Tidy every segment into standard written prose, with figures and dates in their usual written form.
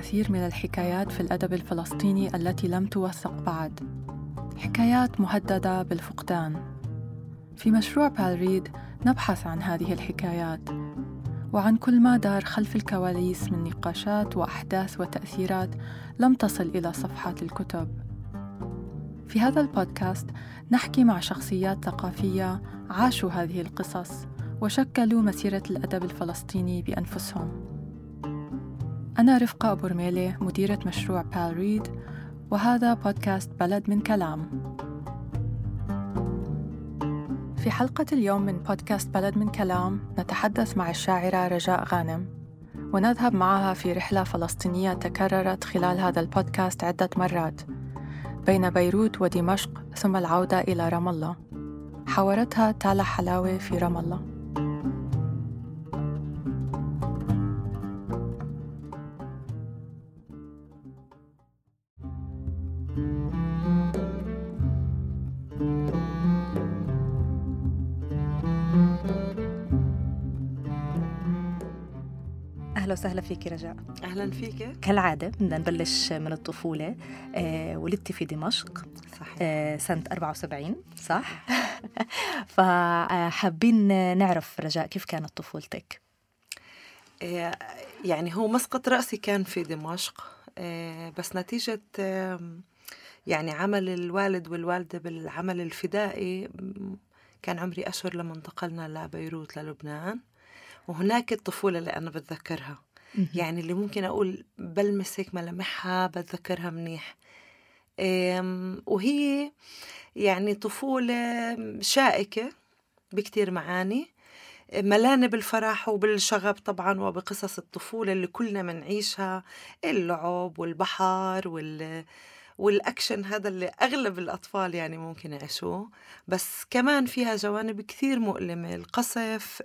الكثير من الحكايات في الأدب الفلسطيني التي لم توثق بعد، حكايات مهددة بالفقدان. في مشروع بالريد نبحث عن هذه الحكايات وعن كل ما دار خلف الكواليس من نقاشات وأحداث وتأثيرات لم تصل إلى صفحات الكتب. في هذا البودكاست نحكي مع شخصيات ثقافية عاشوا هذه القصص وشكلوا مسيرة الأدب الفلسطيني بأنفسهم. أنا رفقة أبو رميلة، مديرة مشروع بالريد، وهذا بودكاست بلد من كلام. في حلقة اليوم من بودكاست بلد من كلام نتحدث مع الشاعرة رجاء غانم، ونذهب معها في رحلة فلسطينية تكررت خلال هذا البودكاست عدة مرات بين بيروت ودمشق ثم العودة إلى رام الله. حاورتها تالا حلاوة في رام الله. أهلا وسهلا فيك رجاء. أهلا فيك. كالعادة بدنا نبلش من الطفولة. ولدتي في دمشق سنة 74 صح؟ فحابين نعرف رجاء كيف كانت طفولتك؟ يعني هو مسقط رأسي كان في دمشق، بس نتيجة يعني عمل الوالد والوالدة بالعمل الفدائي كان عمري أشهر لما انتقلنا لبيروت للبنان، وهناك الطفولة اللي أنا بتذكرها، يعني اللي ممكن أقول بلمس هيك ملامحها بتذكرها منيح. وهي يعني طفولة شائكة بكتير معاني، ملانة بالفرح وبالشغب طبعا وبقصص الطفولة اللي كلنا منعيشها، اللعب والبحر والأكشن هذا اللي أغلب الأطفال يعني ممكن يعيشوه، بس كمان فيها جوانب كثير مؤلمة، القصف،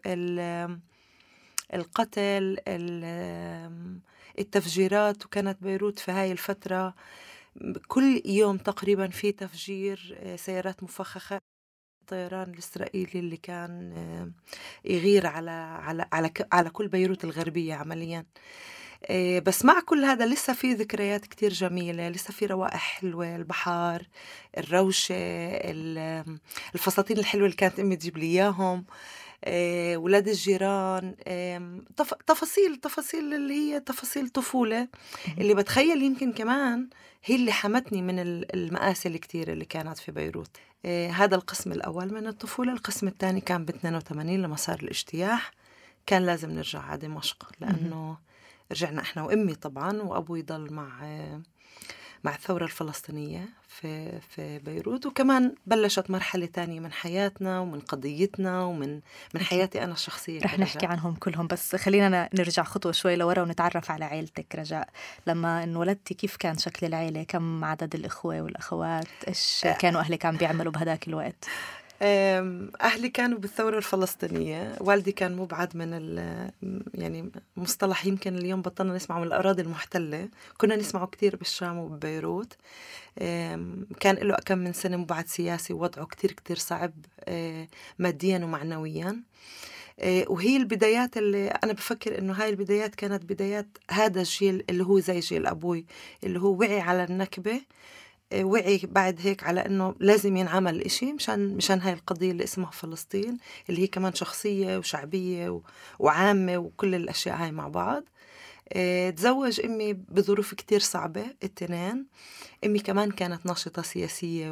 القتل، التفجيرات. وكانت بيروت في هاي الفترة كل يوم تقريبا في تفجير، سيارات مفخخة، الطيران الإسرائيلي اللي كان يغير على كل بيروت الغربية عمليا. بس مع كل هذا لسه في ذكريات كتير جميلة، لسه في روائح حلوة، البحر، الروشة، الفساتين الحلوة اللي كانت أمي تجيب لي إياهم، ولاد الجيران، تفاصيل اللي هي تفاصيل طفولة اللي بتخيل يمكن كمان هي اللي حمتني من المآسي الكتير اللي كانت في بيروت. هذا القسم الأول من الطفولة. القسم الثاني كان ب82 لما صار الاجتياح، كان لازم نرجع على دمشق، لأنه رجعنا إحنا وأمي طبعاً، وأبوي ضل مع الثورة الفلسطينية في بيروت. وكمان بلشت مرحلة تانية من حياتنا ومن قضيتنا ومن حياتي أنا الشخصية. رح نحكي عنهم كلهم، بس خلينا نرجع خطوة شوي لورا ونتعرف على عائلتك رجاء. لما انولدتي كيف كان شكل العائلة؟ كم عدد الإخوة والأخوات؟ إيش كانوا أهلك عم بيعملوا بهداك الوقت؟ أهلي كانوا بالثورة الفلسطينية. والدي كان مبعد من يعني مصطلح يمكن اليوم بطلنا نسمعه، من الأراضي المحتلة. كنا نسمعه كتير بالشام وببيروت. كان له كم من سنة مبعد سياسي، ووضعه كتير صعب ماديا ومعنويا. وهي البدايات اللي أنا بفكر إنه هاي البدايات كانت بدايات هذا الجيل اللي هو زي جيل أبوي، اللي هو وعي على النكبة، وعي بعد هيك على إنه لازم ينعمل إشي مشان هاي القضية اللي اسمها فلسطين، اللي هي كمان شخصية وشعبية وعامة وكل الأشياء هاي مع بعض. تزوج أمي بظروف كتير صعبة التنين. أمي كمان كانت ناشطة سياسية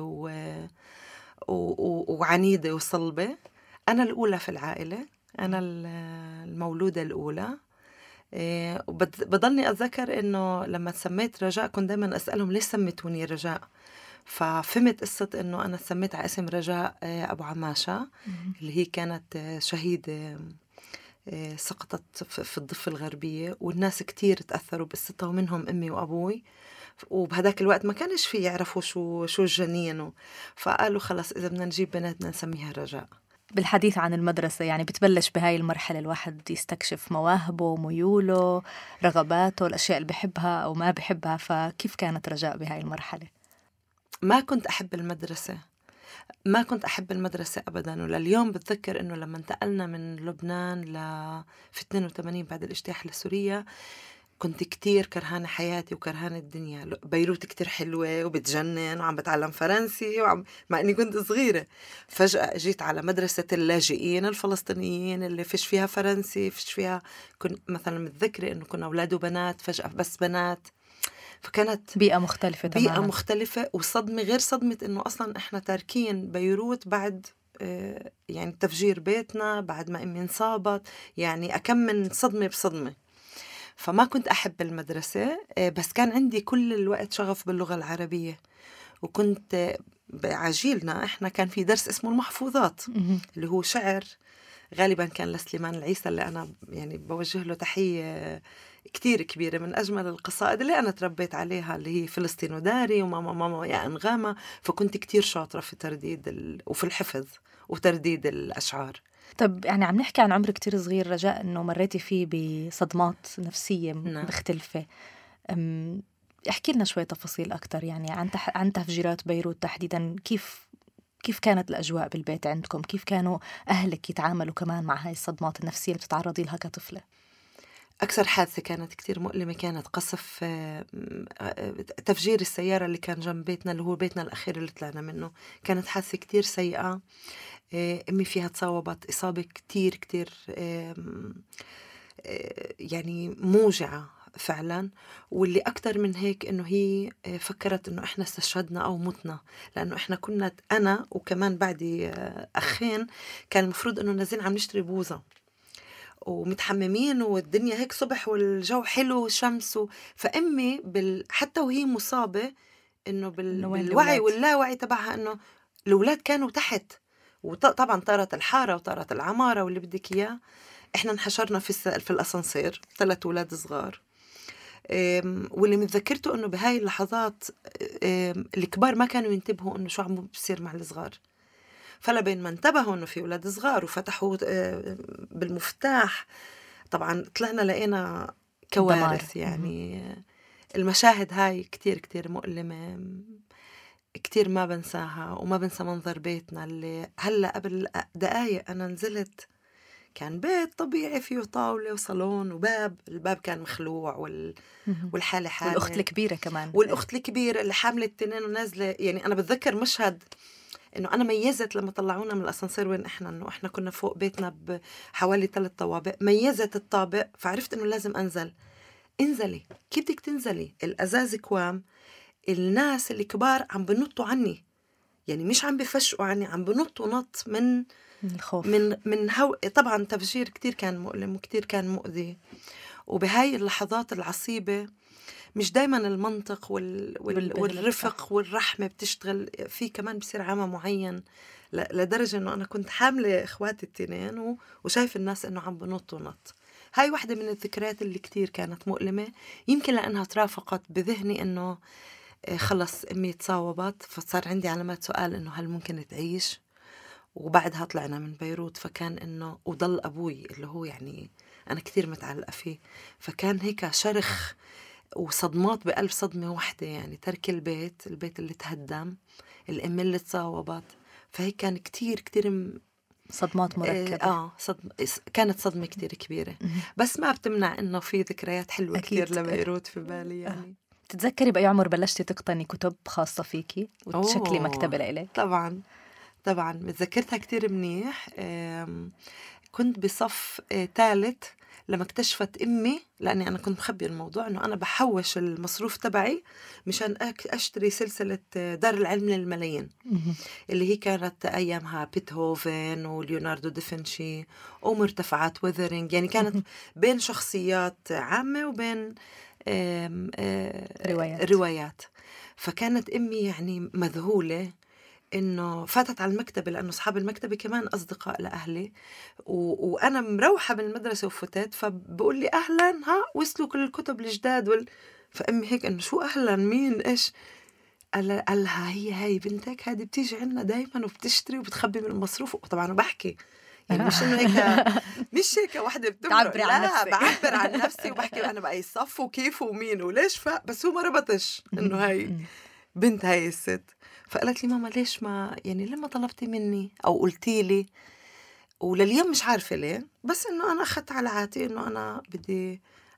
وعنيدة وصلبة. أنا الأولى في العائلة، أنا المولودة الأولى. وبضلني أتذكر إنه لما تسميت رجاء كنت دايما أسألهم ليش سميتوني رجاء، ففهمت قصة إنه أنا تسميت على اسم رجاء أبو عماشة، اللي هي كانت شهيدة سقطت في الضفة الغربية، والناس كتير تأثروا بقصتها ومنهم أمي وأبوي. وبهداك الوقت ما كانش في يعرفوا شو الجنين، فقالوا خلاص إذا بدنا نجيب بناتنا نسميها رجاء. بالحديث عن المدرسة، يعني بتبلش بهاي المرحلة الواحد يستكشف مواهبه وميوله، رغباته، الأشياء اللي بحبها أو ما بحبها. فكيف كانت رجاء بهاي المرحلة؟ ما كنت أحب المدرسة أبداً. ولليوم بتذكر إنه لما انتقلنا من لبنان في 82 بعد الاجتياح لسوريا، كنت كتير كرهانة حياتي وكرهانة الدنيا. بيروت كتير حلوة وبتجنن وعم بتعلم فرنسي مع أني كنت صغيرة. فجأة جيت على مدرسة اللاجئين الفلسطينيين اللي فيش فيها فرنسي، فيش فيها، كنت مثلا متذكرة أنه كنا أولاد وبنات، فجأة بس بنات. فكانت بيئة مختلفة بيئة تماما. مختلفة، وصدمة غير صدمة أنه أصلا إحنا تاركين بيروت بعد يعني تفجير بيتنا، بعد ما أمي انصابت، يعني أكم من صدمة بصدمة. فما كنت أحب المدرسة، بس كان عندي كل الوقت شغف باللغة العربية. وكنت بعجيلنا إحنا كان في درس اسمه المحفوظات اللي هو شعر، غالبا كان لسليمان العيسى اللي أنا يعني بوجه له تحية كتير كبيرة، من أجمل القصائد اللي أنا تربيت عليها، اللي هي فلسطين وداري وماما ماما يا أنغامة. فكنت كتير شاطرة في ترديد وفي الحفظ وترديد الأشعار. طب يعني عم نحكي عن عمر كتير صغير رجاء، إنه مريتي فيه بصدمات نفسية نعم. مختلفة. احكي لنا شوية تفاصيل أكتر يعني عن تفجيرات بيروت تحديدا. كيف كانت الأجواء بالبيت عندكم؟ كيف كانوا أهلك يتعاملوا كمان مع هاي الصدمات النفسية اللي بتتعرضي لها كطفلة؟ أكثر حادثة كانت كتير مؤلمة كانت قصف تفجير السيارة اللي كان جنب بيتنا، اللي هو بيتنا الأخير اللي طلعنا منه. كانت حادثة كتير سيئة، أمي فيها تصاوبت إصابة كتير كتير يعني موجعة فعلا. واللي أكتر من هيك إنه هي فكرت إنه إحنا استشهدنا أو متنا، لأنه إحنا كنا أنا وكمان بعدي أخين كان المفروض إنه نازلين عم نشتري بوظة ومتحممين والدنيا هيك صبح والجو حلو والشمس فأمي حتى وهي مصابة إنه بالوعي واللاوعي تبعها إنه الأولاد كانوا تحت، وطبعا طارت الحارة وطارت العمارة واللي بدك إياه. إحنا انحشرنا في الأسانسير 3 أولاد صغار. واللي متذكرته إنه بهاي اللحظات الكبار ما كانوا ينتبهوا إنه شو عم بصير مع الصغار. فلبين ما انتبهوا إنه في أولاد صغار وفتحوا بالمفتاح، طبعا طلعنا لقينا كوارث. يعني المشاهد هاي كتير كتير مؤلمة، كتير ما بنساها. وما بنسى منظر بيتنا اللي هلأ قبل دقايق أنا نزلت، كان بيت طبيعي فيه طاولة وصالون وباب، الباب كان مخلوع والحالة حالة. والأخت الكبيرة كمان، والأخت الكبيرة اللي حاملة 2 ونازلة. يعني أنا بتذكر مشهد إنه أنا ميزت لما طلعونا من الأسانسير وين إنه إحنا كنا فوق بيتنا بحوالي 3 طوابق، ميزت الطابق فعرفت إنه لازم أنزل. انزلي، كيف بدك تنزلي؟ الأزاز كوام، الناس الكبار عم بنطوا عني، يعني مش عم بفشقوا عني، عم بنطوا نط من الخوف، من طبعا تفجير كتير كان مؤلم وكتير كان مؤذي. وبهاي اللحظات العصيبة مش دايما المنطق والرفق والرحمة بتشتغل في، كمان بصير عمى معين، لدرجة إنه أنا كنت حاملة إخواتي 2 وشايف الناس إنه عم بنطوا نط. هاي واحدة من الذكريات اللي كتير كانت مؤلمة، يمكن لأنها ترافقت بذهني إنه خلص أمي تصاوبت، فصار عندي علامات سؤال إنه هل ممكن تعيش. وبعدها طلعنا من بيروت، فكان إنه وضل أبوي اللي هو يعني أنا كتير متعلقة فيه، فكان هيك شرخ وصدمات بقلب صدمة واحدة. يعني ترك البيت اللي تهدم، الأم اللي تصاوبت، فهيك كان كتير كتير صدمات مركبة. كانت صدمة كتير كبيرة. بس ما بتمنع إنه في ذكريات حلوة كتير لبيروت في بالي. يعني تتذكري بأي عمر بلشتي تقتني كتب خاصة فيكي وتشكلي مكتبة لإلك؟ طبعا متذكرتها كتير منيح. كنت بصف 3 لما اكتشفت أمي، لأني أنا كنت مخبي الموضوع، أنه أنا بحوش المصروف تبعي مشان أشتري سلسلة دار العلم للملايين اللي هي كانت أيامها بيتهوفن وليوناردو دافنشي ومرتفعات وذرينج. يعني كانت بين شخصيات عامة وبين روايات. فكانت أمي يعني مذهولة إنه فاتت على المكتبة، لأنه أصحاب المكتبة كمان أصدقاء لأهلي، وأنا مروحة من المدرسة وفتت، فبقول لي أهلا، ها وصلوا كل الكتب الجداد فأمي هيك إنه شو أهلا مين إيش؟ قالها هي بنتك هذه بتيجي عنا دايما وبتشتري وبتخبي من المصروف. وطبعا بحكي يعني مش إنه هيك، مش هيك واحدة بتمرق، لا بعبر عن نفسي وبحكي أنا بأي صف وكيف ومين وليش. بس هو ما ربطش إنه هاي بنت هاي الست. فقالت لي ماما ليش ما يعني لما طلبتي مني أو قلتي لي، ولليوم مش عارفة ليه، بس إنه أنا أخذت على عاتي إنه أنا بدي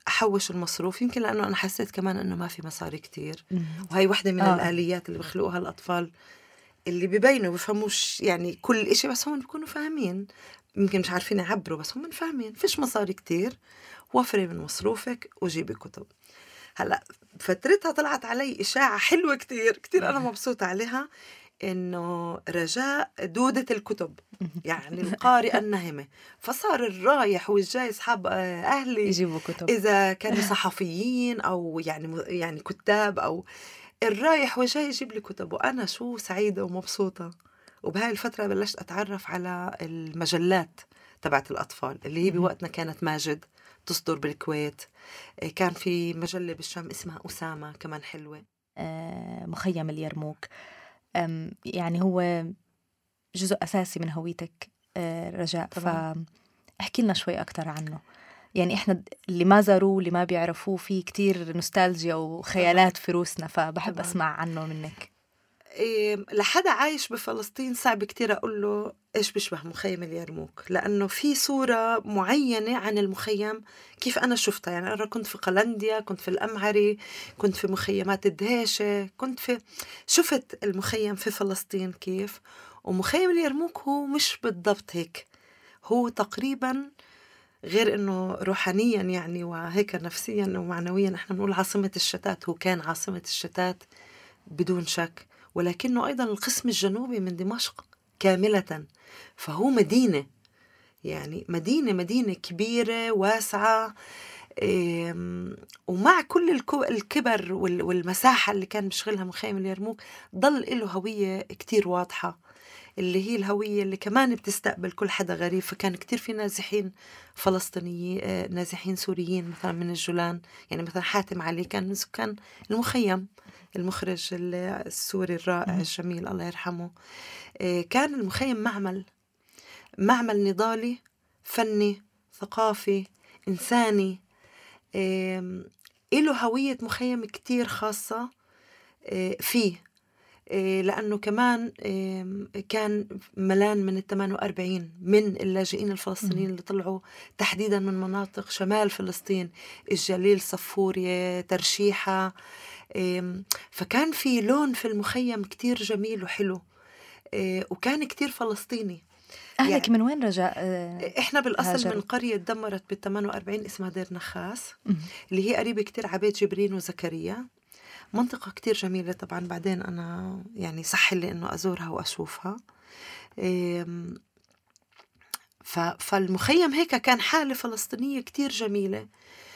أحوش المصروف، يمكن لأنه أنا حسيت كمان أنه ما في مصاري كتير، وهي واحدة من الآليات اللي بخلقوها الأطفال اللي بيبينوا بفهموش يعني كل إشي، بس هم بيكونوا فاهمين، يمكن مش عارفين يعبروا بس هم فاهمين فيش مصاري كتير، وفري من مصروفك وجيبي كتب. هلأ فترتها طلعت علي إشاعة حلوة كتير كتير أنا مبسوطة عليها، إنه رجاء دودة الكتب، يعني القارئة النهمة. فصار الرايح والجاي أصحاب أهلي يجيبوا كتب، إذا كانوا صحفيين أو يعني كتاب، أو الرايح والجاي يجيب لي كتب، وأنا شو سعيدة ومبسوطة. وبهاي الفترة بلشت أتعرف على المجلات تبعت الأطفال اللي هي بوقتنا كانت ماجد تصدر بالكويت، كان في مجلة بالشام اسمها أسامة كمان حلوة. مخيم اليرموك يعني هو جزء أساسي من هويتك رجاء، فاحكي لنا شوي أكتر عنه. يعني إحنا اللي ما زاروه واللي ما بيعرفوه فيه كتير نوستالجيا وخيالات في روسنا، فبحب أسمع عنه منك. لحدا عايش بفلسطين صعب كتير أقول له إيش بيشبه مخيم اليرموك، لأنه في صورة معينة عن المخيم كيف أنا شفتها. يعني أنا كنت في قلنديا، كنت في الأمعري، كنت في مخيمات الدهيشة، شفت المخيم في فلسطين كيف. ومخيم اليرموك هو مش بالضبط هيك، هو تقريبا غير إنه روحانيا يعني وهيك نفسيا ومعنويا إحنا بنقول عاصمة الشتات، هو كان عاصمة الشتات بدون شك، ولكنه أيضا القسم الجنوبي من دمشق كاملة. فهو مدينة، يعني مدينة كبيرة واسعة، ومع كل الكبر والمساحة اللي كان بشغلها مخيم اليرموك ضل له هوية كتير واضحة، اللي هي الهوية اللي كمان بتستقبل كل حدا غريب. فكان كتير في نازحين فلسطينيين، نازحين سوريين مثلا من الجولان، يعني مثلا حاتم علي كان من سكان المخيم، المخرج السوري الرائع الجميل الله يرحمه. كان المخيم معمل نضالي فني ثقافي إنساني، له هوية مخيم كتير خاصة فيه، لأنه كمان كان ملان من 48 من اللاجئين الفلسطينيين اللي طلعوا تحديدا من مناطق شمال فلسطين، الجليل، صفورية، ترشيحة. فكان في لون في المخيم كتير جميل وحلو، وكان كتير فلسطيني. أهلك يعني من وين رجاء؟ إحنا بالأصل من قرية دمرت بال48 اسمها دير نخاس، اللي هي قريبة كتير عبيد جبرين وزكريا. منطقة كتير جميلة طبعا، بعدين أنا يعني صح لي إنه أزورها وأشوفها. فالمخيم هيك كان حالة فلسطينية كتير جميلة،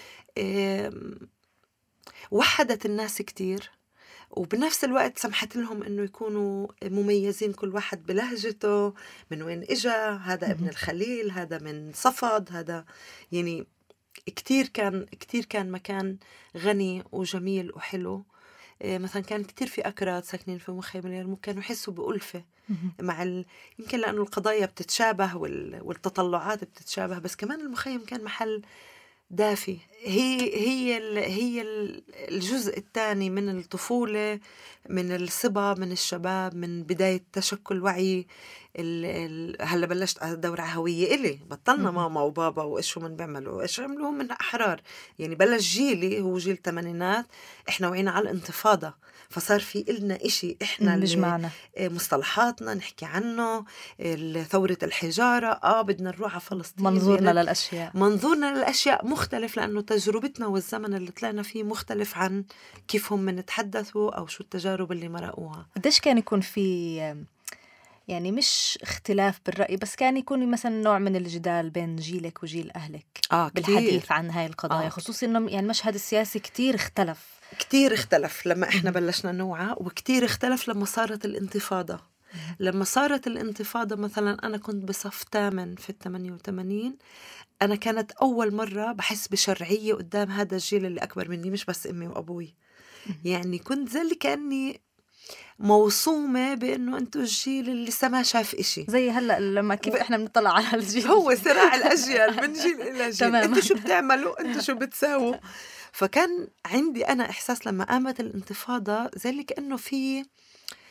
وحدت الناس كتير، وبنفس الوقت سمحت لهم إنه يكونوا مميزين كل واحد بلهجته، من وين إجا، هذا ابن الخليل، هذا من صفد، هذا يعني كتير كان مكان غني وجميل وحلو. مثلا كان كتير في أكراد ساكنين في مخيم اليرموك، كانوا يحسوا بألفة مع يمكن لأنه القضايا بتتشابه والتطلعات بتتشابه، بس كمان المخيم كان محل دافي. هي الجزء الثاني من الطفولة، من الصبا، من الشباب، من بداية تشكل وعي. هلا بلشت أدور على هوية إلي، بطلنا ماما وبابا وإيش هم بيعملوا، إيش عملوا من أحرار. يعني بلش جيلي هو جيل الثمانينات، إحنا وعينا على الانتفاضة، فصار في إلنا إشي إحنا اللي مصطلحاتنا نحكي عنه، ثورة الحجارة. بدنا نروح على فلسطين، منظورنا للأشياء مختلف، لأنه تجربتنا والزمن اللي طلعنا فيه مختلف عن كيف هم نتحدثوا أو شو التجارب اللي مرقوها. قديش كان يكون في يعني مش اختلاف بالرأي، بس كان يكون مثلا نوع من الجدال بين جيلك وجيل أهلك بالحديث عن هاي القضايا، خصوصي إنه يعني المشهد السياسي كتير اختلف لما إحنا بلشنا نوعى، وكتير اختلف لما صارت الانتفاضة. لما صارت الانتفاضة مثلا أنا كنت بصف 8 في 88، أنا كانت أول مرة بحس بشرعية قدام هذا الجيل اللي أكبر مني، مش بس أمي وأبوي. يعني كنت زي اللي كأني موصومة بأنه أنتوا الجيل اللي لسه ما شاف إشي، زي هلأ لما كيف إحنا بنطلع على الجيل، هو صراع الأجيال من جيل إلى جيل. أنتوا شو بتعملوا، أنتوا شو بتساووا. فكان عندي أنا إحساس لما قامت الانتفاضة زي اللي كأنه في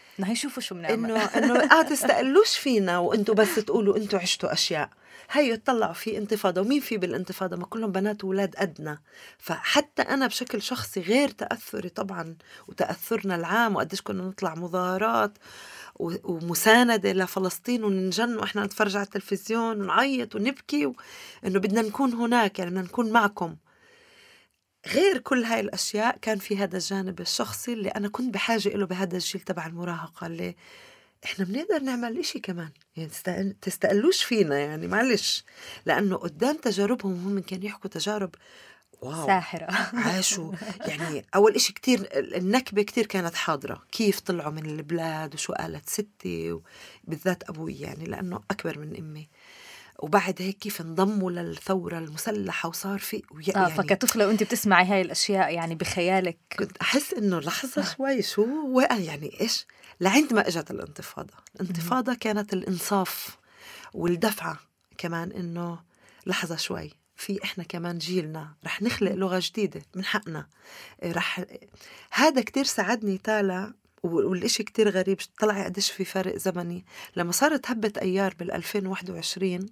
إنه يشوفوا شو بنعمل. إنه تستقلوش فينا وإنتوا بس تقولوا إنتوا عشتوا أشياء. هاي يطلعوا في انتفاضة، ومين في بالانتفاضة؟ ما كلهم بنات وولاد أدنى. فحتى أنا بشكل شخصي غير تأثري طبعا وتأثرنا العام، وقديش كنا نطلع مظاهرات ومساندة لفلسطين وننجن وإحنا نتفرج على التلفزيون ونعيط ونبكي إنه بدنا نكون هناك، يعني بدنا نكون معكم. غير كل هاي الأشياء كان في هذا الجانب الشخصي اللي أنا كنت بحاجة له بهذا الجيل تبع المراهقة، اللي إحنا بنقدر نعمل إشي كمان، يعني تستقلوش فينا يعني معلش، لأنه قدام تجاربهم هم كانوا يحكوا تجارب واو ساحرة. عاشوا. يعني أول إشي كتير النكبة كتير كانت حاضرة، كيف طلعوا من البلاد وشو قالت ستي بالذات أبوي يعني لأنه أكبر من أمي، وبعد هيك كيف انضموا للثورة المسلحة وصار في يعني فكطفلة وانت بتسمعي هاي الأشياء يعني بخيالك كنت أحس إنه لحظة شوي شو وقع يعني إيش. لعندما إجت الانتفاضة كانت الإنصاف والدفعة كمان، إنه لحظة شوي في إحنا كمان جيلنا رح نخلق لغة جديدة من حقنا. هذا كتير ساعدني تالا. والإشي كتير غريب طلع قديش في فرق زمني لما صارت هبة أيار بال2021.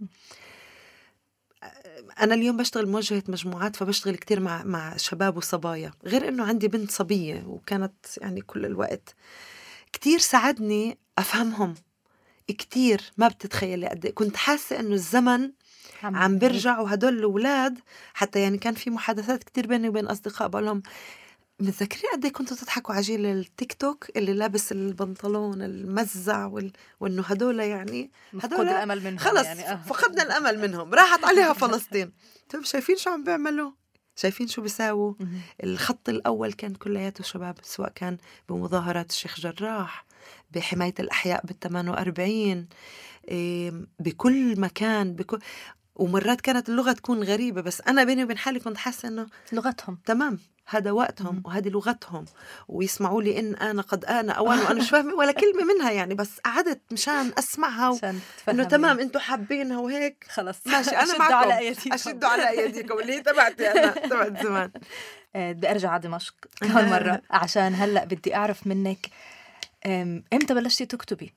أنا اليوم بشتغل موجهة مجموعات، فبشتغل كتير مع شباب وصبايا، غير إنه عندي بنت صبية وكانت يعني كل الوقت. كتير ساعدني أفهمهم كتير، ما بتتخيلي قد كنت حاسة إنه الزمن عم برجع. وهدول الأولاد حتى يعني كان في محادثات كتير بيني وبين أصدقاء بقولهم متذكرين قد ايه كنتوا تضحكوا على جيل التيك توك اللي لابس البنطلون المزع وإنه هدول يعني فقد الأمل منهم، خلص يعني فقدنا الأمل منهم، راحت عليها فلسطين. طيب شايفين شو عم بيعملوا، شايفين شو بيساووا. الخط الأول كان كلياته شباب، سواء كان بمظاهرات الشيخ جراح، بحماية الأحياء بال48، بكل مكان ومرات كانت اللغة تكون غريبة، بس أنا بيني وبين حالي كنت حاسة إنه لغتهم تمام، هذا وقتهم وهذه لغتهم، ويسمعوا لي إن أنا قد أنا أوان وأنا مش فاهمة ولا كلمة منها يعني، بس قعدت مشان أسمعها إنه تمام أنتوا حابينها وهيك خلص ماشي أنا معكم، أشدوا على أيديكم اللي هي تبعتي أنا تبعت زمان. بدي أرجع على دمشق كمان مرة عشان هلأ بدي أعرف منك إمتى بلشتي تكتبي؟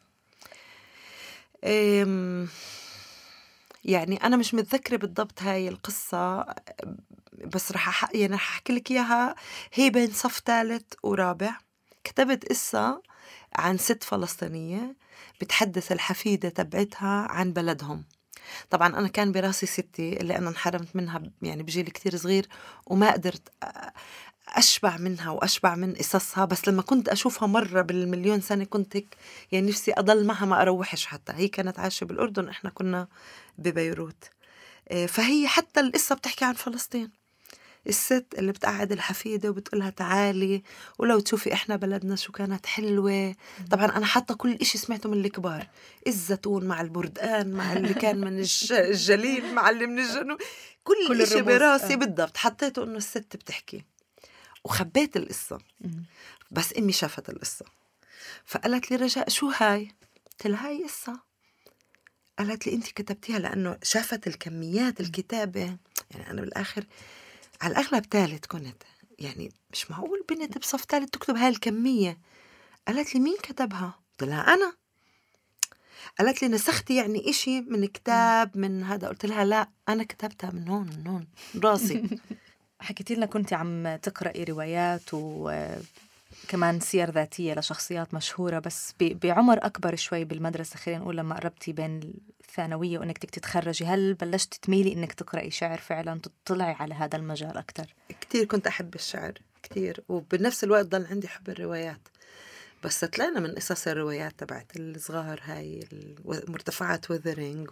يعني أنا مش متذكرة بالضبط هاي القصة، بس رح أحكي لك إياها. هي بين صف ثالث ورابع كتبت قصة عن ست فلسطينية بتحدث الحفيدة تبعتها عن بلدهم. طبعا أنا كان براسي ستي اللي أنا انحرمت منها يعني بجيل كتير صغير، وما قدرت أشبع منها وأشبع من قصصها، بس لما كنت أشوفها مرة بالمليون سنة كنت هيك يعني نفسي أضل معها ما أروحش. حتى هي كانت عايشة بالأردن، إحنا كنا ببيروت. فهي حتى القصة بتحكي عن فلسطين، الست اللي بتقعد الحفيدة وبتقولها تعالي ولو تشوفي إحنا بلدنا شو كانت حلوة. طبعا أنا حتى كل إشي سمعته من الكبار، الزيتون مع البردقان مع اللي كان من الجليل مع اللي من الجنوب، كل إشي براسي بالضبط حطيته إنه الست بتحكي. وخبيت القصة، بس أمي شافت القصة فقالت لي رجاء شو هاي؟ قلت لها هاي قصة. قالت لي أنت كتبتيها لأنه شافت الكميات الكتابة. يعني أنا بالآخر على الأغلب ثالث كنت، يعني مش معقول بنت بصف ثالث تكتب هاي الكمية. قالت لي مين كتبها؟ قلت لها أنا. قالت لي نسختي يعني إشي من كتاب من هذا؟ قلت لها لا أنا كتبتها من هون راسي. حكيتي لنا كنتي عم تقرأي روايات وكمان سير ذاتية لشخصيات مشهورة، بس بعمر أكبر شوي بالمدرسة، خلينا نقول لما قربتي بين الثانوية وإنك تتخرجي، هل بلشت تميلي إنك تقرأي شعر فعلا، تطلعي على هذا المجال أكتر؟ كتير كنت أحب الشعر كتير، وبنفس الوقت ضل عندي حب الروايات. بس طلعنا من قصص الروايات تبعت الصغار هاي مرتفعات وذرينج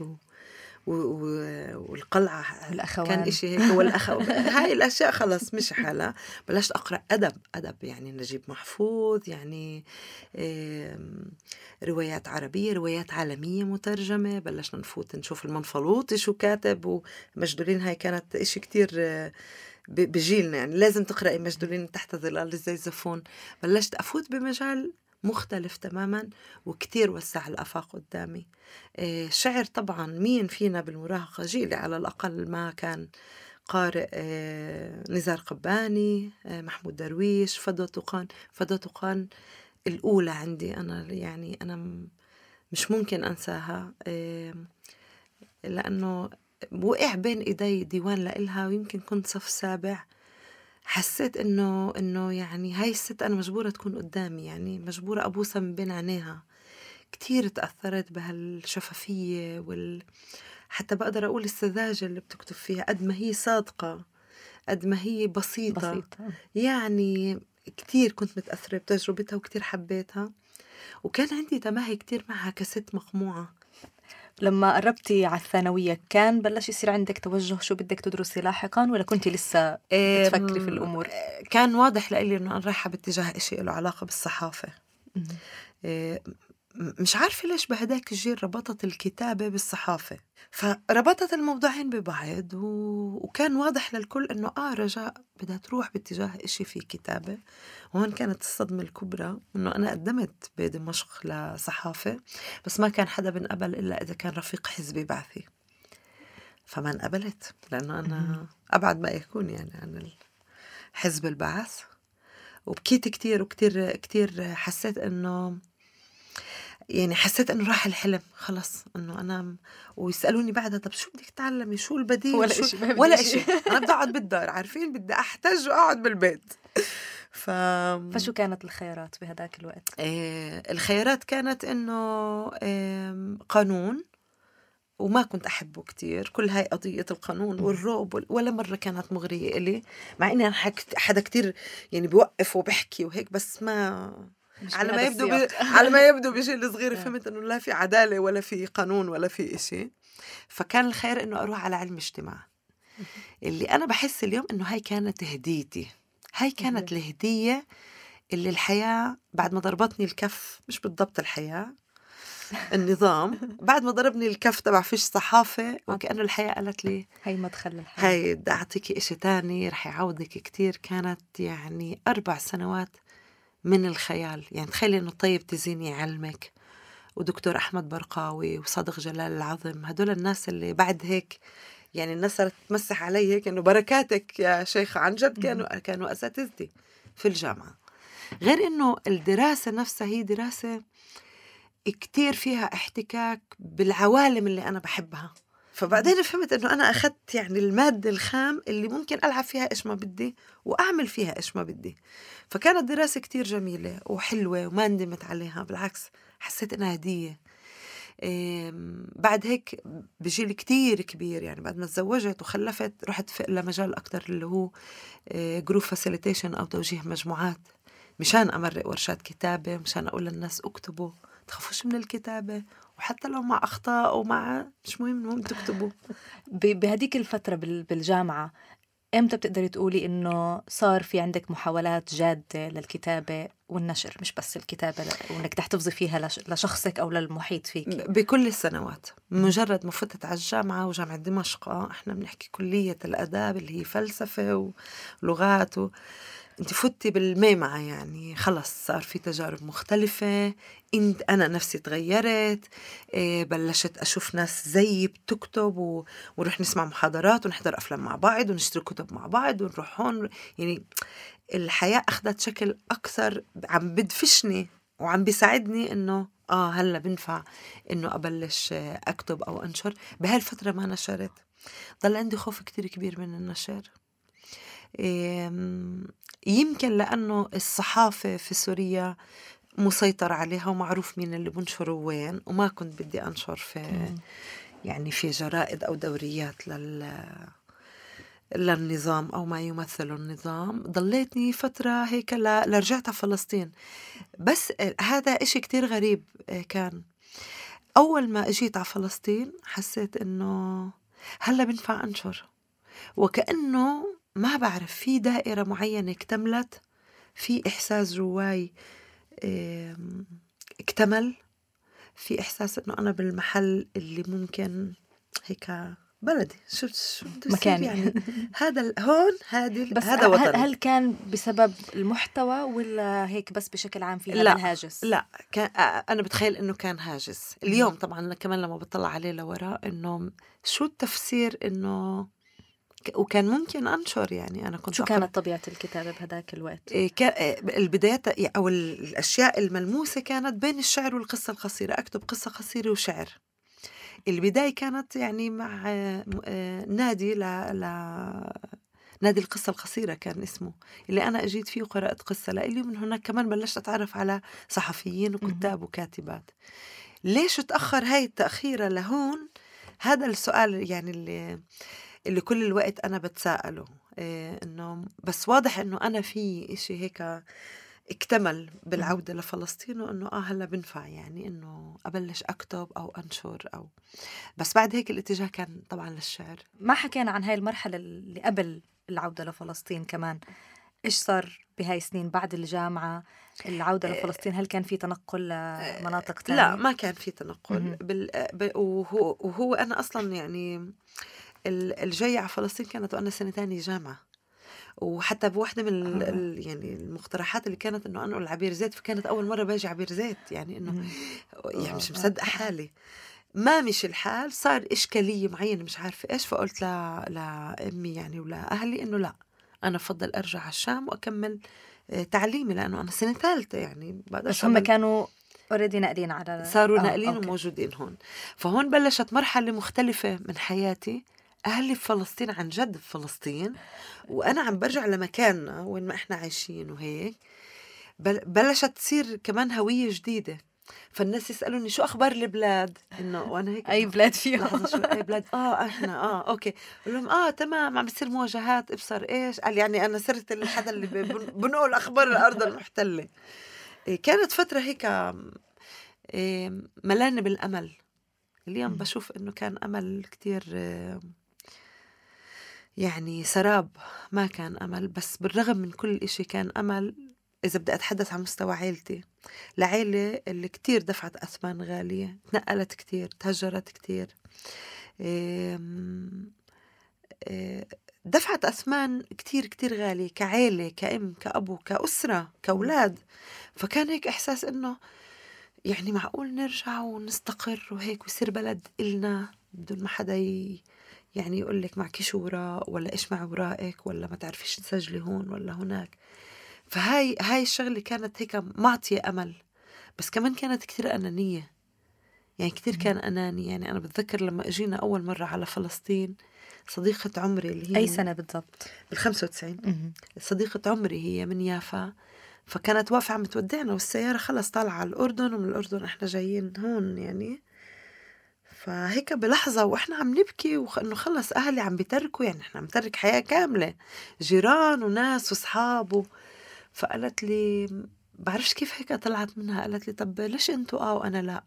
والقلعة الأخوان. كان إشي هيك هاي الأشياء خلص مش حالة. بلشت أقرأ أدب يعني نجيب محفوظ، يعني روايات عربية، روايات عالمية مترجمة. بلشنا نفوت نشوف المنفلوطي شو كاتب ومجدولين. هاي كانت إشي كتير بجيلنا، يعني لازم تقرأي مجدولين تحت ظلال الزيزفون. بلشت أفوت بمجال مختلف تماما وكتير وسع الأفاق قدامي. شعر طبعا مين فينا بالمراهقة جيلي على الأقل ما كان قارئ نزار قباني، محمود درويش، فضوى طوقان الأولى عندي أنا، يعني أنا مش ممكن أنساها، لأنه وقع بين إيدي ديوان لإلها، ويمكن كنت صف سابع. حسيت إنه يعني هاي الست أنا مجبورة تكون قدامي، يعني مجبورة أبوسها من بين عينيها. كتير تأثرت بهالشفافية حتى بقدر أقول السذاجة اللي بتكتب فيها، قد ما هي صادقة قد ما هي بسيطة. يعني كتير كنت متأثرة بتجربتها وكتير حبيتها، وكان عندي تماهي كتير معها كست مقموعة. لما قربتي على الثانوية كان بلش يصير عندك توجه شو بدك تدرسي لاحقا، ولا كنتي لسه بتفكري في الأمور؟ كان واضح لإلي إنه أنا رايحة باتجاه إشي له علاقة بالصحافة. مش عارفة ليش بهداك الجيل ربطت الكتابة بالصحافة، فربطت الموضوعين ببعض، وكان واضح للكل إنه رجاء بدها تروح باتجاه إشي في كتابة. وهون كانت الصدمة الكبرى، إنه أنا قدمت بدمشق لصحافة، بس ما كان حدا بنقبل إلا إذا كان رفيق حزبي بعثي، فما انقبلت، لأنه أنا أبعد ما يكون يعني عن حزب البعث. وبكيت كتير وكتير كتير، حسيت إنه راح الحلم خلص، إنه أنا ويسألوني بعدها طب شو بدك تتعلمي، شو البديل، ولا إشي أنا بدي أقعد بالدار، عارفين بدي أحتاج وأقعد بالبيت. فشو كانت الخيارات بهداك الوقت؟ الخيارات كانت إنه قانون، وما كنت أحبه كتير، كل هاي قضية القانون والروب ولا مرة كانت مغرية إلي، مع إني أنا حدا كتير يعني بوقف وبحكي وهيك، بس ما على ما يبدو بجيل صغير فهمت إنه لا في عدالة ولا في قانون ولا في إشي. فكان الخير إنه أروح على علم اجتماع، اللي أنا بحس اليوم إنه هاي كانت هديتي، هاي كانت الهدية اللي الحياة بعد ما ضربتني الكف، مش بالضبط الحياة، النظام بعد ما ضربني الكف تبع فيش صحافة، وكأنه الحياة قالت لي هاي مدخل الحياة، هاي بدي أعطيكي إشي تاني رح يعوضك كتير. كانت يعني 4 سنوات من الخيال. يعني تخيلي إنه طيب تزيني علمك ودكتور أحمد برقاوي وصادق جلال العظم، هدول الناس اللي بعد هيك يعني الناس صارت تمسح علي هيك إنه بركاتك يا شيخة، عن جد كانوا أساتذتي في الجامعة. غير إنه الدراسة نفسها هي دراسة كتير فيها احتكاك بالعوالم اللي أنا بحبها. فبعدين فهمت إنه أنا أخذت يعني المادة الخام اللي ممكن ألعب فيها إيش ما بدي وأعمل فيها إيش ما بدي. فكانت دراسة كتير جميلة وحلوة وما ندمت عليها، بالعكس حسيت إنها هدية. بعد هيك بجيل كتير كبير، يعني بعد ما تزوجت وخلفت رحت في لمجال أكتر اللي هو جروب فاسيليتيشن أو توجيه مجموعات، مشان أمرق ورشات كتابة، مشان أقول للناس اكتبوا، تخافوش من الكتابة، وحتى لو مع أخطاء أو مع مش مهم، المهم تكتبوا. بهديك الفترة بالجامعة إمتى بتقدري تقولي إنه صار في عندك محاولات جادة للكتابة والنشر، مش بس الكتابة وإنك تحتفظي فيها لشخصك أو للمحيط فيك؟ بكل السنوات، مجرد ما فتت على الجامعة وجامعة دمشق، إحنا بنحكي كلية الآداب اللي هي فلسفة ولغات انت فتي بالميمعة، يعني خلص صار في تجارب مختلفة، أنا نفسي تغيرت، بلشت أشوف ناس زيي بتكتب ونروح نسمع محاضرات ونحضر أفلام مع بعض ونشتري كتب مع بعض ونروح هون. يعني الحياة أخذت شكل أكثر عم بدفشني وعم بيساعدني إنه هلا بنفع إنه أبلش أكتب أو أنشر. بهالفترة ما نشرت، ضل عندي خوف كتير كبير من النشر، يمكن لأنه الصحافة في سوريا مسيطر عليها ومعروف مين اللي بنشره وين، وما كنت بدي أنشر في يعني في جرائد أو دوريات للنظام أو ما يمثل النظام. ضليتني فترة هيك لرجعت فلسطين. بس هذا إشي كتير غريب كان، أول ما أجيت على فلسطين حسيت إنه هلا بنفع أنشر، وكأنه ما بعرف في دائرة معينة اكتملت، في إحساس جواي اكتمل، في إحساس إنه أنا بالمحل اللي ممكن هيك بلدي، شو مكاني يعني هذا هون هذا وطني. هل كان بسبب المحتوى ولا هيك بس بشكل عام في هذا الهاجس؟ لا أنا بتخيل إنه كان هاجس. اليوم طبعا كمان لما بطلع عليه لورا إنه شو التفسير، إنه وكان ممكن أنشر. يعني أنا كنت شو كانت طبيعة الكتابة بهداك الوقت؟ البدايات أو الأشياء الملموسة كانت بين الشعر والقصة القصيرة، أكتب قصة قصيرة وشعر. البداية كانت يعني مع نادي نادي القصة القصيرة كان اسمه، اللي أنا أجيت فيه وقرأت قصة لإلي، ومن هناك كمان بلشت أتعرف على صحفيين وكتاب وكاتبات. ليش تأخر هاي التأخيرة لهون؟ هذا السؤال يعني اللي كل الوقت أنا بتساءله. إنه بس واضح إنه أنا في إشي هيك اكتمل بالعودة لفلسطين، وإنه هلا بنفع يعني إنه أبلش أكتب أو أنشر أو. بس بعد هيك الاتجاه كان طبعا للشعر. ما حكينا عن هاي المرحلة اللي قبل العودة لفلسطين كمان. إيش صار بهاي السنين بعد الجامعة العودة لفلسطين؟ هل كان في تنقل لمناطق تانية؟ لا، ما كان في تنقل. وهو أنا أصلا يعني الجاية على فلسطين كانت وأنا سنة تانية جامعة. وحتى بواحدة من يعني المقترحات اللي كانت إنه أنقل عبير زيت، فكانت أول مرة باجي عبير زيت، يعني إنه يعني مش مصدقة حالي. ما مش الحال، صار إشكالية معينة مش عارفة إيش، فقلت لأمي يعني ولا أهلي إنه لا، أنا أفضل أرجع على الشام وأكمل تعليمي، لأنه أنا سنة ثالثة يعني. بس هم كانوا اوريدي ناقلين على صاروا ناقلين وموجودين هون. فهون بلشت مرحلة مختلفة من حياتي. أهلي في فلسطين، عن جد في فلسطين، وأنا عم برجع لمكاننا وين ما إحنا عايشين. وهيك بلشت تصير كمان هوية جديدة. فالناس يسألوني شو أخبار البلاد، إنه وأنا هيك أي بلاد فيهم؟ لحظة شو أي بلاد؟ إحنا أوكي. أقول لهم تمام، عم بصير مواجهات، ابصر إيش. قال يعني أنا صرت الحدا اللي بنقول أخبار الأرض المحتلة. كانت فترة هيك ملانة بالأمل. اليوم بشوف إنه كان أمل كتير، يعني سراب، ما كان أمل. بس بالرغم من كل إشي كان أمل. إذا بدي أتحدث عن مستوى عائلتي، العائلة اللي كتير دفعت أثمان غالية، تنقلت كتير، تهجرت كتير، دفعت أثمان كتير كتير غالية كعائلة، كأم، كأبو، كأسرة، كأولاد. فكان هيك إحساس إنه يعني معقول نرجع ونستقر وهيك ويصير بلد إلنا بدون ما حدا يعني يقول لك معك شو وراء، ولا إيش مع ورائك، ولا ما تعرفيش تسجلي هون ولا هناك. فهاي الشغلة كانت هيك معطية أمل. بس كمان كانت كتير أنانية، يعني كتير كان أناني. يعني أنا بتذكر لما أجينا أول مرة على فلسطين، صديقة عمري اللي هي أي سنة بالضبط؟ بال95. صديقة عمري هي من يافا، فكانت واقفة عم تودعنا، والسيارة خلص طالعة على الأردن، ومن الأردن إحنا جايين هون يعني. فهيك بلحظة وإحنا عم نبكي، وإنه خلص أهلي عم بيتركوا، يعني إحنا عم نترك حياة كاملة، جيران وناس وصحاب. فقالت لي، بعرفش كيف هيك طلعت منها، قالت لي طب ليش أنتوا وأنا لا؟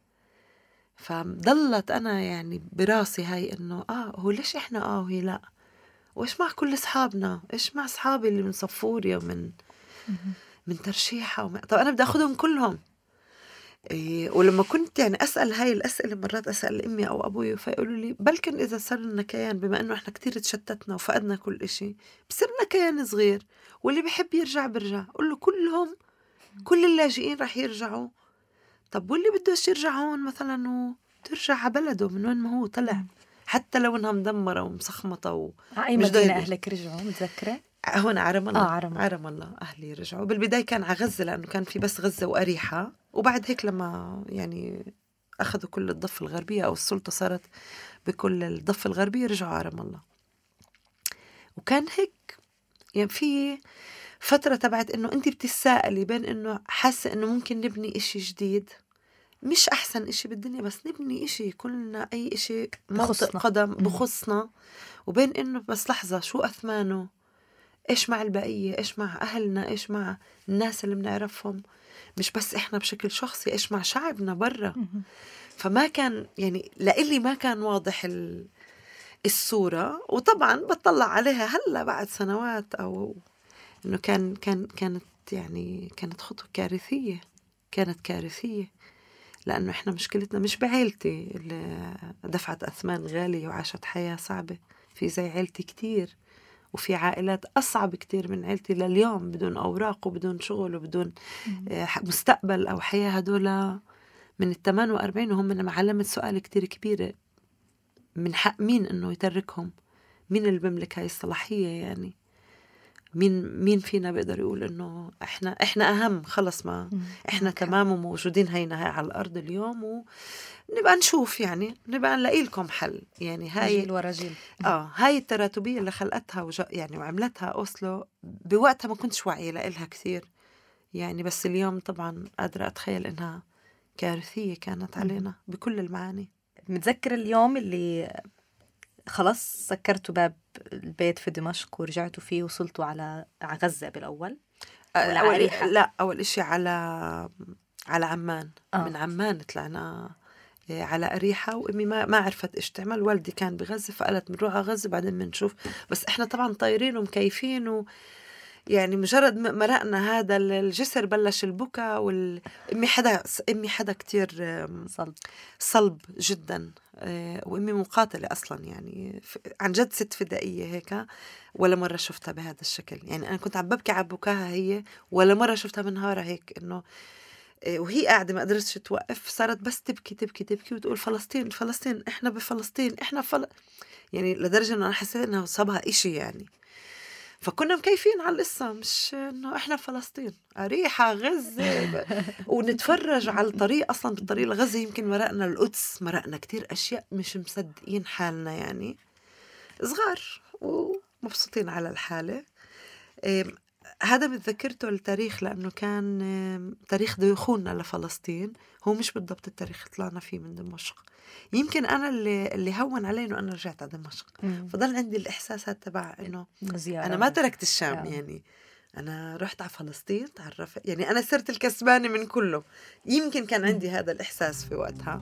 فضلت أنا يعني براسي هاي إنه هو ليش إحنا وهي لا؟ وإيش مع كل أصحابنا؟ إيش مع أصحابي اللي من صفوريا ومن ترشيحة طب أنا بدي أخذهم كلهم. ولما كنت يعني أسأل هاي الأسئلة، مرات أسأل أمي أو أبوي، فيقولوا لي بلكن إذا صار لنا كيان، بما أنه إحنا كتير تشتتنا وفقدنا كل إشي، بصير لنا كيان صغير، واللي بيحب يرجع برجع. قل له كلهم، كل اللاجئين رح يرجعوا. طب واللي بدوش يرجع هون مثلا وترجع على بلده من وين ما هو طلع، حتى لو إنها مدمرة ومسخمطة أي مدينة أهلك رجعوا متذكرة؟ هون عرم الله. عرم الله أهلي رجعوا. بالبداية كان على غزة، لأنه كان في بس غزة وأريحة. وبعد هيك لما يعني أخذوا كل الضفة الغربية، أو السلطة صارت بكل الضفة الغربية، رجعوا عرم الله. وكان هيك يعني في فترة تبعت إنه أنت بتسائلي بين إنه حاسة إنه ممكن نبني إشي جديد، مش أحسن إشي بالدنيا، بس نبني إشي كلنا، أي إشي موطئ قدم بخصنا، وبين إنه بس لحظة شو أثمانه، إيش مع البقية، إيش مع أهلنا، إيش مع الناس اللي بنعرفهم، مش بس إحنا بشكل شخصي، إيش مع شعبنا برا. فما كان يعني لإلي ما كان واضح الصورة. وطبعا بطلع عليها هلا بعد سنوات، أو إنه كانت يعني كانت خطوة كارثية، كانت كارثية. لأنه إحنا مشكلتنا مش بعائلتي اللي دفعت أثمان غالية وعاشت حياة صعبة، في زي عائلتي كتير، وفي عائلات أصعب كتير من عائلتي لليوم، بدون أوراق وبدون شغل وبدون مستقبل أو حياة. هدول من 48 وهم من علامة سؤال كتير كبيرة، من حق مين إنه يتركهم، مين اللي بيملك هاي الصلاحية؟ يعني مين فينا بيقدر يقول إنه إحنا أهم، خلص ما إحنا تمام وموجودين هينا هاي على الأرض اليوم، ونبقى نشوف يعني نبقى نلاقي لكم حل. يعني هاي جيل ورا جيل. هاي التراتبية اللي خلقتها يعني وعملتها أوسلو بوقتها ما كنتش واعية لإلها كثير يعني، بس اليوم طبعا قادرة أتخيل إنها كارثية كانت علينا بكل المعاني. متذكر اليوم اللي خلاص سكرتوا باب البيت في دمشق ورجعتوا فيه وصلتوا على غزة بالأول؟ أول إشي على عمان. من عمان طلعنا على أريحة، وأمي ما عرفت إيش تعمل. والدي كان بغزة فقالت بنروح على غزة بعدين بنشوف. بس إحنا طبعا طايرين ومكيفين يعني مجرد مرقنا هذا الجسر بلش البكا. أمي حدا كتير صلب جدا، وأمي مقاتلة أصلا يعني عن جد ست فدائية هيك. ولا مرة شفتها بهذا الشكل يعني. أنا كنت عم ببكي على بكاها هي، ولا مرة شفتها منهارة هيك إنه وهي قاعدة ما قدرتش توقف، صارت بس تبكي تبكي تبكي وتقول فلسطين فلسطين، إحنا بفلسطين، إحنا يعني لدرجة إنه أنا حسيت إنه صابها إشي يعني. فكنا مكيفين على القصة، مش إنه إحنا فلسطين أريحة غزة ونتفرج على الطريق. أصلا بالطريق الغزة يمكن مرقنا القدس، مرقنا كتير أشياء مش مصدقين حالنا يعني، صغار ومبسوطين على الحالة. هذا متذكرته التاريخ لأنه كان تاريخ دخولنا لفلسطين هو مش بالضبط التاريخ طلعنا فيه من دمشق. يمكن أنا اللي هون علي إنه أنا رجعت على دمشق، فضل عندي الإحساس تبع إنه أنا ما تركت الشام يعني أنا رحت على فلسطين، تعرفت يعني أنا صرت الكسبانة من كله. يمكن كان عندي هذا الإحساس في وقتها.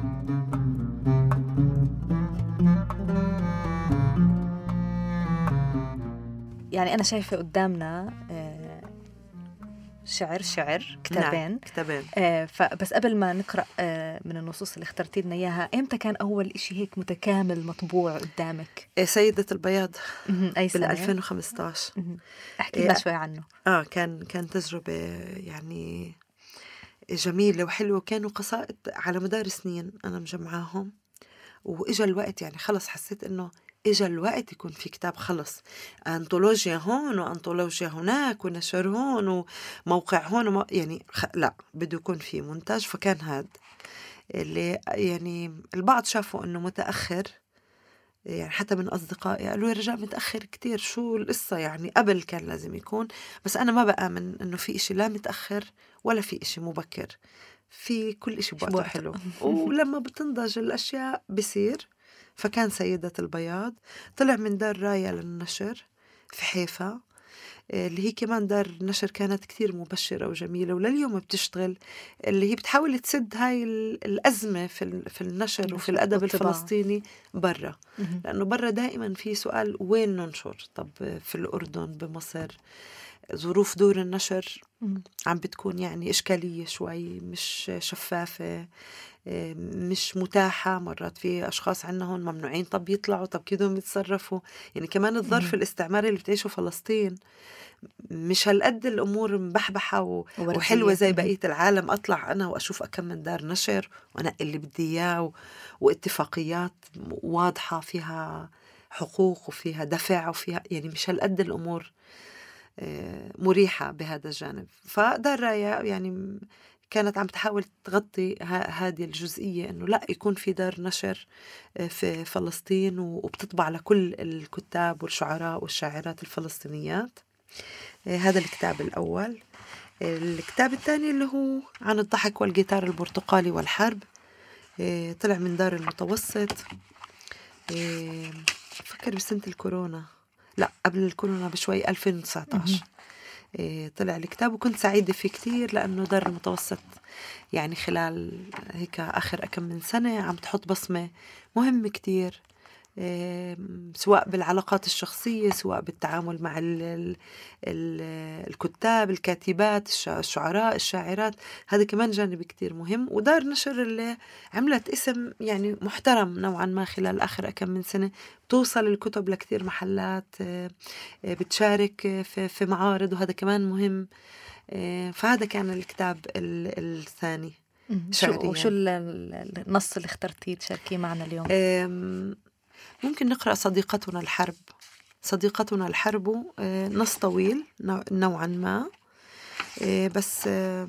يعني أنا شايفة قدامنا شعر كتابين. نعم، كتابين. فبس قبل ما نقرأ من النصوص اللي اخترتي لنا إياها، إمتى كان أول إشي هيك متكامل مطبوع قدامك؟ سيدة البياض. أي سنة؟ 2015. احكي لنا شوي عنه. كان تجربة يعني جميلة وحلوة. كانوا قصائد على مدار سنين أنا مجمعاهم، وإجا الوقت يعني خلص حسيت إنه إجا الوقت يكون في كتاب. خلص أنطولوجيا هون وأنطولوجيا هناك ونشر هون وموقع هون يعني لا بده يكون في منتج. فكان هذا اللي يعني البعض شافوا إنه متأخر يعني، حتى من أصدقائي قالوا يا رجال متأخر كتير، شو القصة يعني قبل كان لازم يكون. بس أنا ما بآمن إنه في إشي لا متأخر ولا في إشي مبكر، في كل إشي بوقته حلو. ولما بتنضج الأشياء بصير. فكان سيدة البياض طلع من دار راية للنشر في حيفا، اللي هي كمان دار نشر كانت كتير مبشرة وجميلة ولليوم بتشتغل، اللي هي بتحاول تسد هاي الأزمة في النشر وفي الأدب الفلسطيني برا. لأنه برا دائما في سؤال وين ننشر. طب في الأردن، بمصر، ظروف دور النشر عم بتكون يعني إشكالية شوي، مش شفافة، مش متاحة. مرات في أشخاص عنا هون ممنوعين طب يطلعوا، طب كده يتصرفوا يعني. كمان الظرف الاستعماري اللي بتعيشه فلسطين مش هالقد الأمور مبحبحة وحلوة زي بقية العالم. أطلع أنا وأشوف أكم من دار نشر وأنا اللي بدي إياه واتفاقيات واضحة فيها حقوق وفيها دفع وفيها يعني مش هالقد الأمور مريحة بهذا الجانب. فدار راية يعني كانت عم تحاول تغطي هذه الجزئية، إنه لا يكون في دار نشر في فلسطين وبتطبع لكل الكتاب والشعراء والشاعرات الفلسطينيات. هذا الكتاب الأول. الكتاب الثاني اللي هو عن الضحك والجيتار البرتقالي والحرب، طلع من دار المتوسط. فكر بسنة الكورونا، لا قبل الكورونا بشوي، 2019 طلع الكتاب. وكنت سعيدة فيه كتير لأنه دار المتوسط يعني خلال هيك آخر كم من سنة عم تحط بصمة مهمة كتير، سواء بالعلاقات الشخصية، سواء بالتعامل مع الكتاب، الكاتبات، الشعراء، الشاعرات. هذا كمان جانب كتير مهم. ودار نشر اللي عملت اسم يعني محترم نوعا ما خلال آخر كم من سنة، توصل الكتب لكتير محلات، بتشارك في معارض، وهذا كمان مهم. فهذا كان الكتاب الثاني. شو النص اللي اخترتيه تشاركيه معنا اليوم؟ ممكن نقرأ صديقتنا الحرب. صديقتنا الحرب نص طويل نوعا ما، بس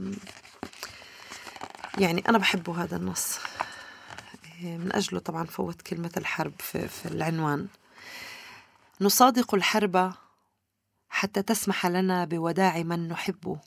يعني أنا بحبه هذا النص، من أجله طبعا فوت كلمة الحرب في العنوان. نصادق الحرب حتى تسمح لنا بوداع من نحبه،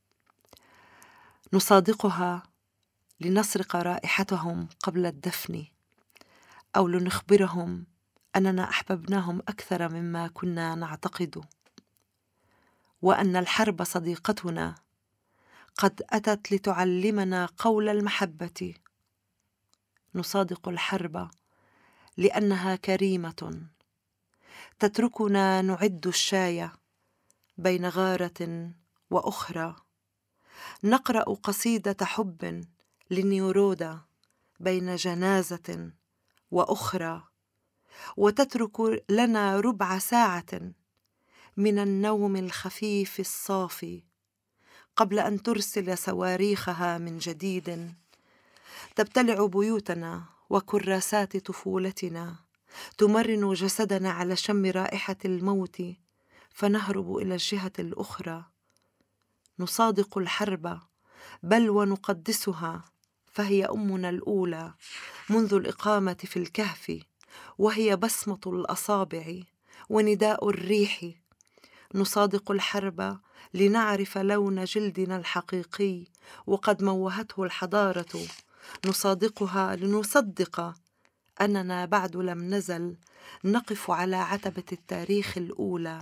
نصادقها لنسرق رائحتهم قبل الدفن، أو لنخبرهم أننا أحببناهم أكثر مما كنا نعتقد، وأن الحرب صديقتنا قد أتت لتعلمنا قول المحبة. نصادق الحرب لأنها كريمة تتركنا نعد الشاي بين غارة وأخرى، نقرأ قصيدة حب لنيرودا بين جنازة وأخرى، وتترك لنا ربع ساعة من النوم الخفيف الصافي قبل أن ترسل صواريخها من جديد، تبتلع بيوتنا وكراسات طفولتنا، تمرن جسدنا على شم رائحة الموت، فنهرب إلى الجهة الأخرى. نصادق الحرب بل ونقدسها، فهي أمنا الأولى منذ الإقامة في الكهف، وهي بصمة الأصابع ونداء الريح. نصادق الحرب لنعرف لون جلدنا الحقيقي وقد موهته الحضارة، نصادقها لنصدق أننا بعد لم نزل نقف على عتبة التاريخ الأولى.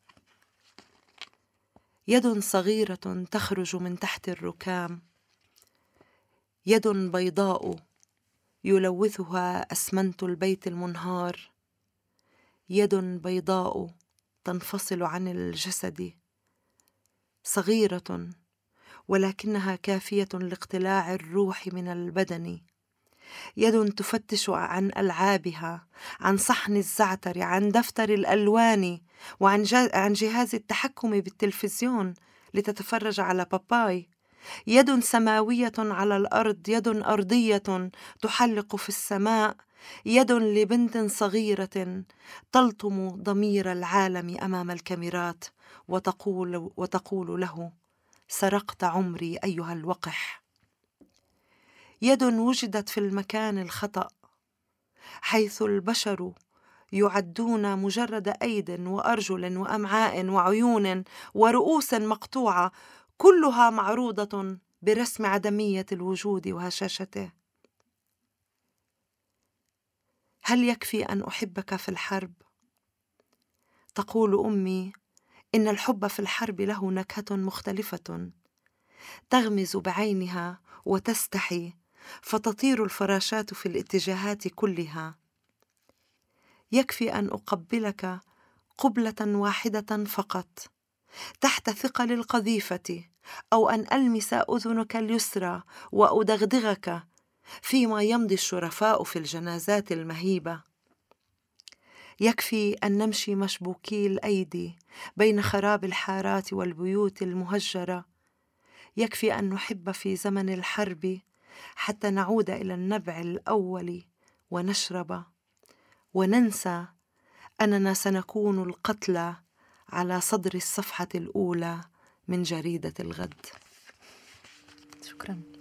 يد صغيرة تخرج من تحت الركام، يد بيضاء يلوثها أسمنت البيت المنهار، يد بيضاء تنفصل عن الجسد، صغيرة ولكنها كافية لاقتلاع الروح من البدن، يد تفتش عن ألعابها، عن صحن الزعتر، عن دفتر الألوان، وعن جهاز التحكم بالتلفزيون لتتفرج على باباي، يد سماوية على الأرض، يد أرضية تحلق في السماء، يد لبنت صغيرة تلطم ضمير العالم أمام الكاميرات وتقول له: سرقت عمري أيها الوقح. يد وجدت في المكان الخطأ، حيث البشر يعدون مجرد أيد وأرجل وأمعاء وعيون ورؤوس مقطوعة، كلها معروضة برسم عدمية الوجود وهشاشته. هل يكفي أن أحبك في الحرب؟ تقول أمي إن الحب في الحرب له نكهة مختلفة، تغمز بعينها وتستحي فتطير الفراشات في الاتجاهات كلها. يكفي أن أقبلك قبلة واحدة فقط تحت ثقل القذيفة، أو أن ألمس أذنك اليسرى وأدغدغك فيما يمضي الشرفاء في الجنازات المهيبة. يكفي أن نمشي مشبوكي الأيدي بين خراب الحارات والبيوت المهجرة. يكفي أن نحب في زمن الحرب حتى نعود إلى النبع الأول ونشرب، وننسى أننا سنكون القتلى على صدر الصفحة الأولى من جريدة الغد. شكرا.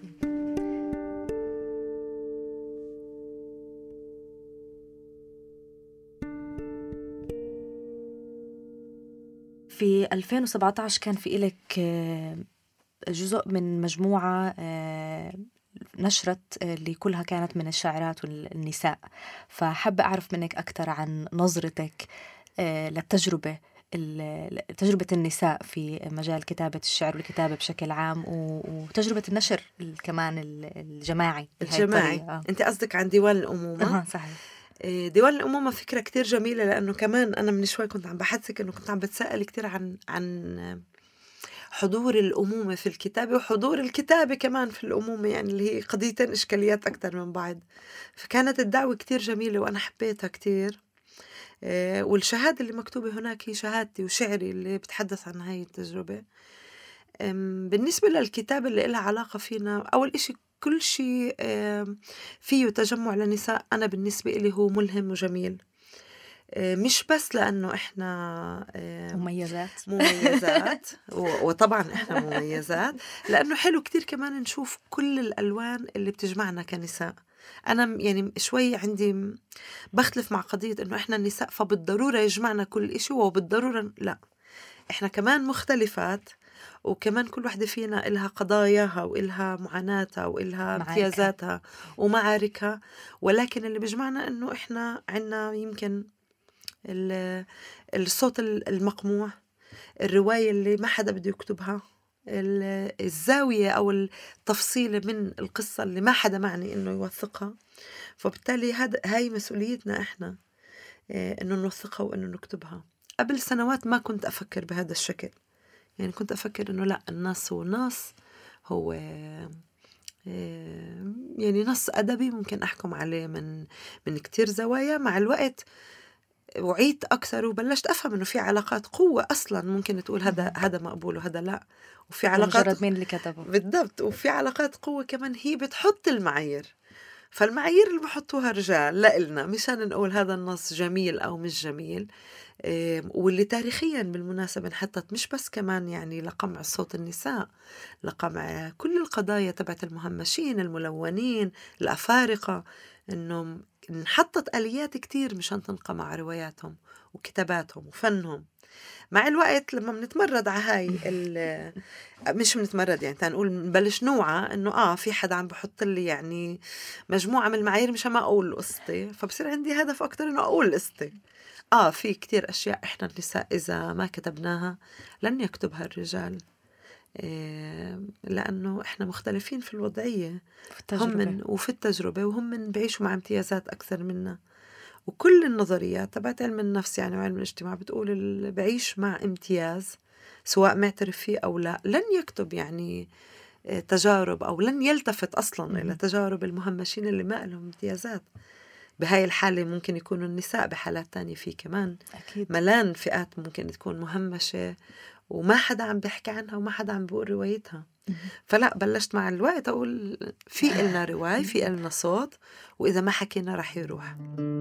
في 2017 كان في إلك جزء من مجموعة نشرت اللي كلها كانت من الشاعرات والنساء، فحب أعرف منك أكثر عن نظرتك للتجربة النساء في مجال كتابة الشعر والكتابة بشكل عام، وتجربة النشر كمان الجماعي. أنت قصدك عن ديوان الأمومة؟ صحيح. ديوان الأمومة فكرة كتير جميلة، لأنه كمان أنا من شوي كنت عم بحثك إنه كنت عم بتسأل كتير عن حضور الأمومة في الكتابة وحضور الكتابة كمان في الأمومة، يعني اللي هي قضيتين إشكاليات أكتر من بعض. فكانت الدعوة كتير جميلة وأنا حبيتها كتير، والشهادة اللي مكتوبة هناك هي شهادتي وشعري اللي بتحدث عن هاي التجربة. بالنسبة للكتابة اللي لها علاقة فينا، أول إشي كل شيء فيه تجمع للنساء أنا بالنسبة إلي هو ملهم وجميل. مش بس لأنه إحنا مميزات وطبعا إحنا مميزات، لأنه حلو كتير كمان نشوف كل الألوان اللي بتجمعنا كنساء. أنا يعني شوي عندي بختلف مع قضية إنه إحنا النساء فبالضرورة يجمعنا كل إشي، وبالضرورة لا، إحنا كمان مختلفات، وكمان كل واحدة فينا إلها قضاياها وإلها معاناتها وإلها امتيازاتها ومعاركها. ولكن اللي بيجمعنا إنه إحنا عنا يمكن الصوت المقموع، الرواية اللي ما حدا بده يكتبها، الزاوية أو التفصيلة من القصة اللي ما حدا معني إنه يوثقها. فبالتالي هاي مسؤوليتنا إحنا، إنه نوثقها وإنه نكتبها. قبل سنوات ما كنت أفكر بهذا الشكل، يعني كنت أفكر إنه لا، النص هو نص، هو يعني نص أدبي ممكن أحكم عليه من كتير زوايا. مع الوقت وعيت أكثر وبلشت أفهم إنه في علاقات قوة أصلاً ممكن تقول هذا مقبول وهذا لا، وفي علاقات مجرد مين اللي كتبه بالضبط، وفي علاقات قوة كمان هي بتحط المعايير. فالمعايير اللي بحطوها رجال لإلنا مشان نقول هذا النص جميل أو مش جميل. واللي تاريخيا بالمناسبة انحطت مش بس كمان يعني لقمع صوت النساء، لقمع كل القضايا تبعت المهمشين، الملونين، الأفارقة، إنه انحطت آليات كتير مشان تنقمع رواياتهم وكتاباتهم وفنهم. مع الوقت لما بنتمرد على هاي مش بنتمرد يعني تنقول نبلش نوعى إنه في حدا عم بحط لي يعني مجموعة من المعايير مش ما أقول قصتي، فبصير عندي هدف أكتر إنه أقول قصتي. في كتير أشياء إحنا النساء إذا ما كتبناها لن يكتبها الرجال، لأنه إحنا مختلفين في الوضعية وفي التجربة، وهم بيعيشوا مع امتيازات أكثر منا. وكل النظريات تبعت علم النفس يعني وعلم الاجتماع بتقول اللي بعيش مع امتياز سواء معترف فيه أو لا لن يكتب يعني تجارب، أو لن يلتفت أصلا إلى تجارب المهمشين اللي ما لهم امتيازات. بهاي الحالة ممكن يكونوا النساء، بحالات تانية في كمان أكيد ملان فئات ممكن تكون مهمشة وما حدا عم بيحكي عنها وما حدا عم بيقول روايتها. فلا، بلشت مع الوقت أقول في إلنا رواية، في إلنا صوت، وإذا ما حكينا رح يروح.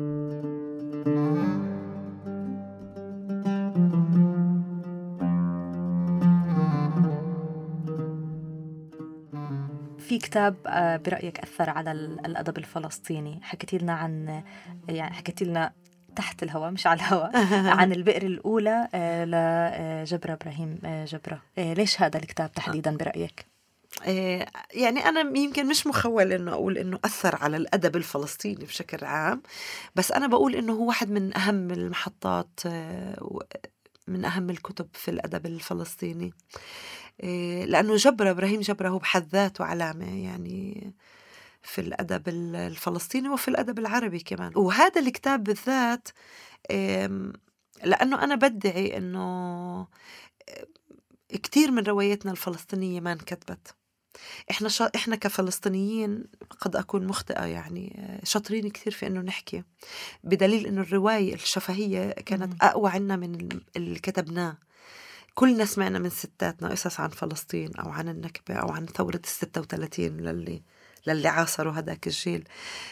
في كتاب برأيك أثر على الأدب الفلسطيني، حكيتي لنا عن، يعني حكيتي لنا تحت الهواء مش على الهواء عن البئر الأولى لجبرة إبراهيم جبرة. ليش هذا الكتاب تحديدا برأيك؟ يعني أنا يمكن مش مخول إنه أقول إنه أثر على الأدب الفلسطيني بشكل عام، بس أنا بقول إنه هو واحد من أهم المحطات، من أهم الكتب في الأدب الفلسطيني، لأنه جبرة إبراهيم جبرة هو بحد ذاته علامة يعني في الأدب الفلسطيني وفي الأدب العربي كمان. وهذا الكتاب بالذات لأنه أنا بدعي إنه كتير من رواياتنا الفلسطينية ما انكتبت. إحنا كفلسطينيين قد أكون مخطئة يعني شاطرين كثير في إنه نحكي، بدليل إنه الرواية الشفهية كانت أقوى عنا من اللي كتبناه. كلنا سمعنا من ستاتنا قصص عن فلسطين أو عن النكبة أو عن ثورة 36 للي عاصروا هذاك الجيل،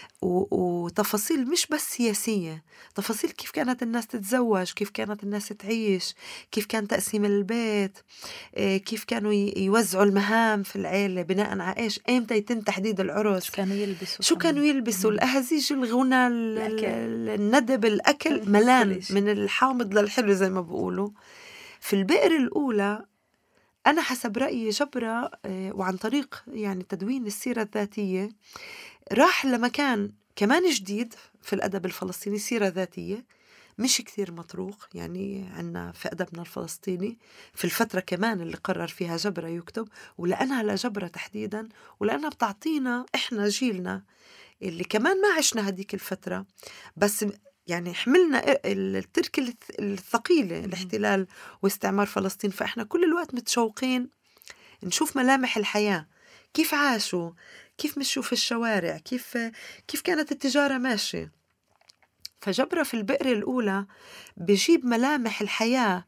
وتفاصيل مش بس سياسية، تفاصيل كيف كانت الناس تتزوج، كيف كانت الناس تعيش، كيف كان تقسيم البيت، كيف كانوا يوزعوا المهام في العيلة بناء على إيش، إمتى يتم تحديد العرس، شو كانوا يلبسوا الأهازيج، الغنى، الندب، الأكل، ملان من الحامض للحلو زي ما بقولوا. في البئر الأولى أنا حسب رأيي جبرة وعن طريق يعني تدوين السيرة الذاتية راح لمكان كمان جديد في الأدب الفلسطيني، سيرة ذاتية مش كثير مطروق يعني عنا في أدبنا الفلسطيني في الفترة كمان اللي قرر فيها جبرة يكتب. ولأنها لجبرة تحديدا، ولأنها بتعطينا إحنا جيلنا اللي كمان ما عشنا هديك الفترة، بس يعني حملنا التركة الثقيلة الاحتلال واستعمار فلسطين، فإحنا كل الوقت متشوقين نشوف ملامح الحياة، كيف عاشوا، كيف مشوا في الشوارع، كيف كانت التجارة ماشية. فجبرة في البئر الأولى بيجيب ملامح الحياة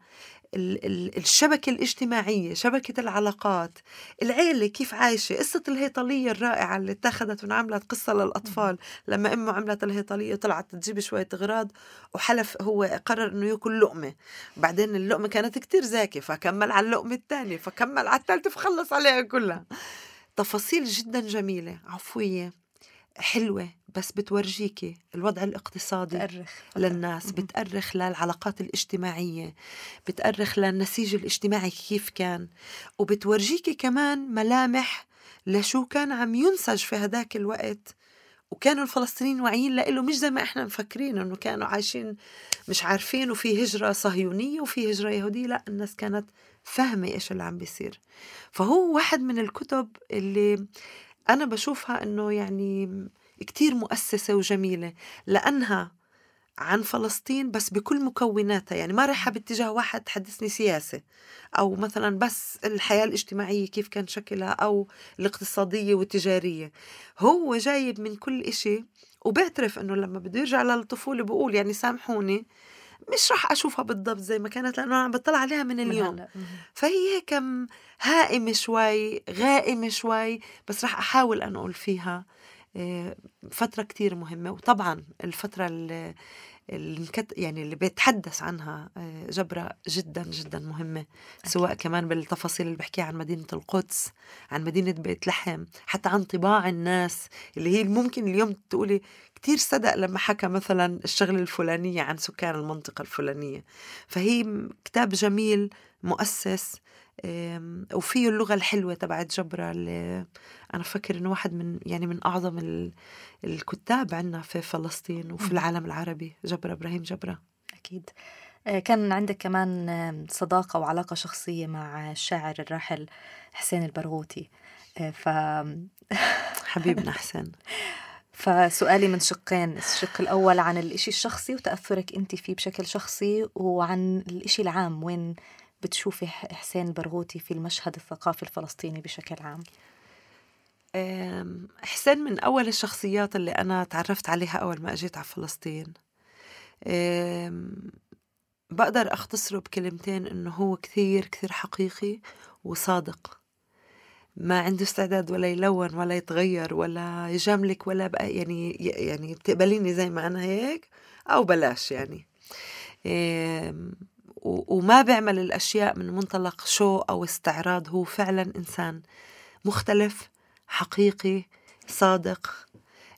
الشبكة الاجتماعية، شبكة العلاقات، العيلة كيف عايشة. قصة الهيطلية الرائعة اللي اتخذت وانعملت قصة للأطفال لما أمه عملت الهيطلية طلعت تجيب شوية غراض وحلف هو قرر إنه يأكل لقمة، بعدين اللقمة كانت كتير زاكية فكمل على اللقمة الثانية فكمل على الثالثة فخلص عليها كلها. تفاصيل جدا جميلة عفوية حلوة، بس بتورجيكي الوضع الاقتصادي تأرخ للناس، بتأرخ للعلاقات الاجتماعية، بتأرخ للنسيج الاجتماعي كيف كان، وبتورجيكي كمان ملامح لشو كان عم ينسج في هداك الوقت. وكانوا الفلسطينيين واعيين لإله، مش زي ما احنا مفكرين انه كانوا عايشين مش عارفين وفي هجرة صهيونية وفي هجرة يهودية. لا، الناس كانت فاهمة ايش اللي عم بيصير. فهو واحد من الكتب اللي أنا بشوفها إنه يعني كتير مؤسسة وجميلة، لأنها عن فلسطين بس بكل مكوناتها. يعني ما رايحة باتجاه واحد تحدثني سياسة أو مثلا بس الحياة الاجتماعية كيف كان شكلها أو الاقتصادية والتجارية. هو جايب من كل إشي، وبيعترف إنه لما بده يرجع للطفولة بقول يعني سامحوني مش رح أشوفها بالضبط زي ما كانت لأنه أنا بطلع عليها من اليوم. فهي هيك هائمة شوي، غائمة شوي، بس رح أحاول أن أقول فيها فترة كتير مهمة. وطبعا الفترة اللي بيتحدث عنها جبرة جدا جدا مهمة، سواء كمان بالتفاصيل اللي بحكيها عن مدينة القدس، عن مدينة بيت لحم، حتى عن طباع الناس اللي هي ممكن اليوم تقولي كتير صدق لما حكى مثلا الشغلة الفلانية عن سكان المنطقة الفلانية. فهي كتاب جميل مؤسس، وفيه اللغة الحلوة تبعت جبرة اللي أنا فكر إنه واحد من أعظم الكتاب عنا في فلسطين وفي العالم العربي، جبرة إبراهيم جبرة. أكيد. كان عندك كمان صداقة وعلاقة شخصية مع الشاعر الراحل حسين البرغوثي، حبيبنا حسين. فسؤالي من شقين، الشق الأول عن الإشي الشخصي وتأثرك أنت فيه بشكل شخصي، وعن الإشي العام وين بتشوفي حسين البرغوثي في المشهد الثقافي الفلسطيني بشكل عام. حسين من أول الشخصيات اللي أنا تعرفت عليها أول ما أجيت على فلسطين. بقدر أختصره بكلمتين، إنه هو كثير كثير حقيقي وصادق، ما عنده استعداد ولا يلون ولا يتغير ولا يجاملك ولا بقى يعني بتقبليني زي ما أنا هيك أو بلاش يعني. وما بيعمل الأشياء من منطلق شو أو استعراض. هو فعلا إنسان مختلف، حقيقي، صادق.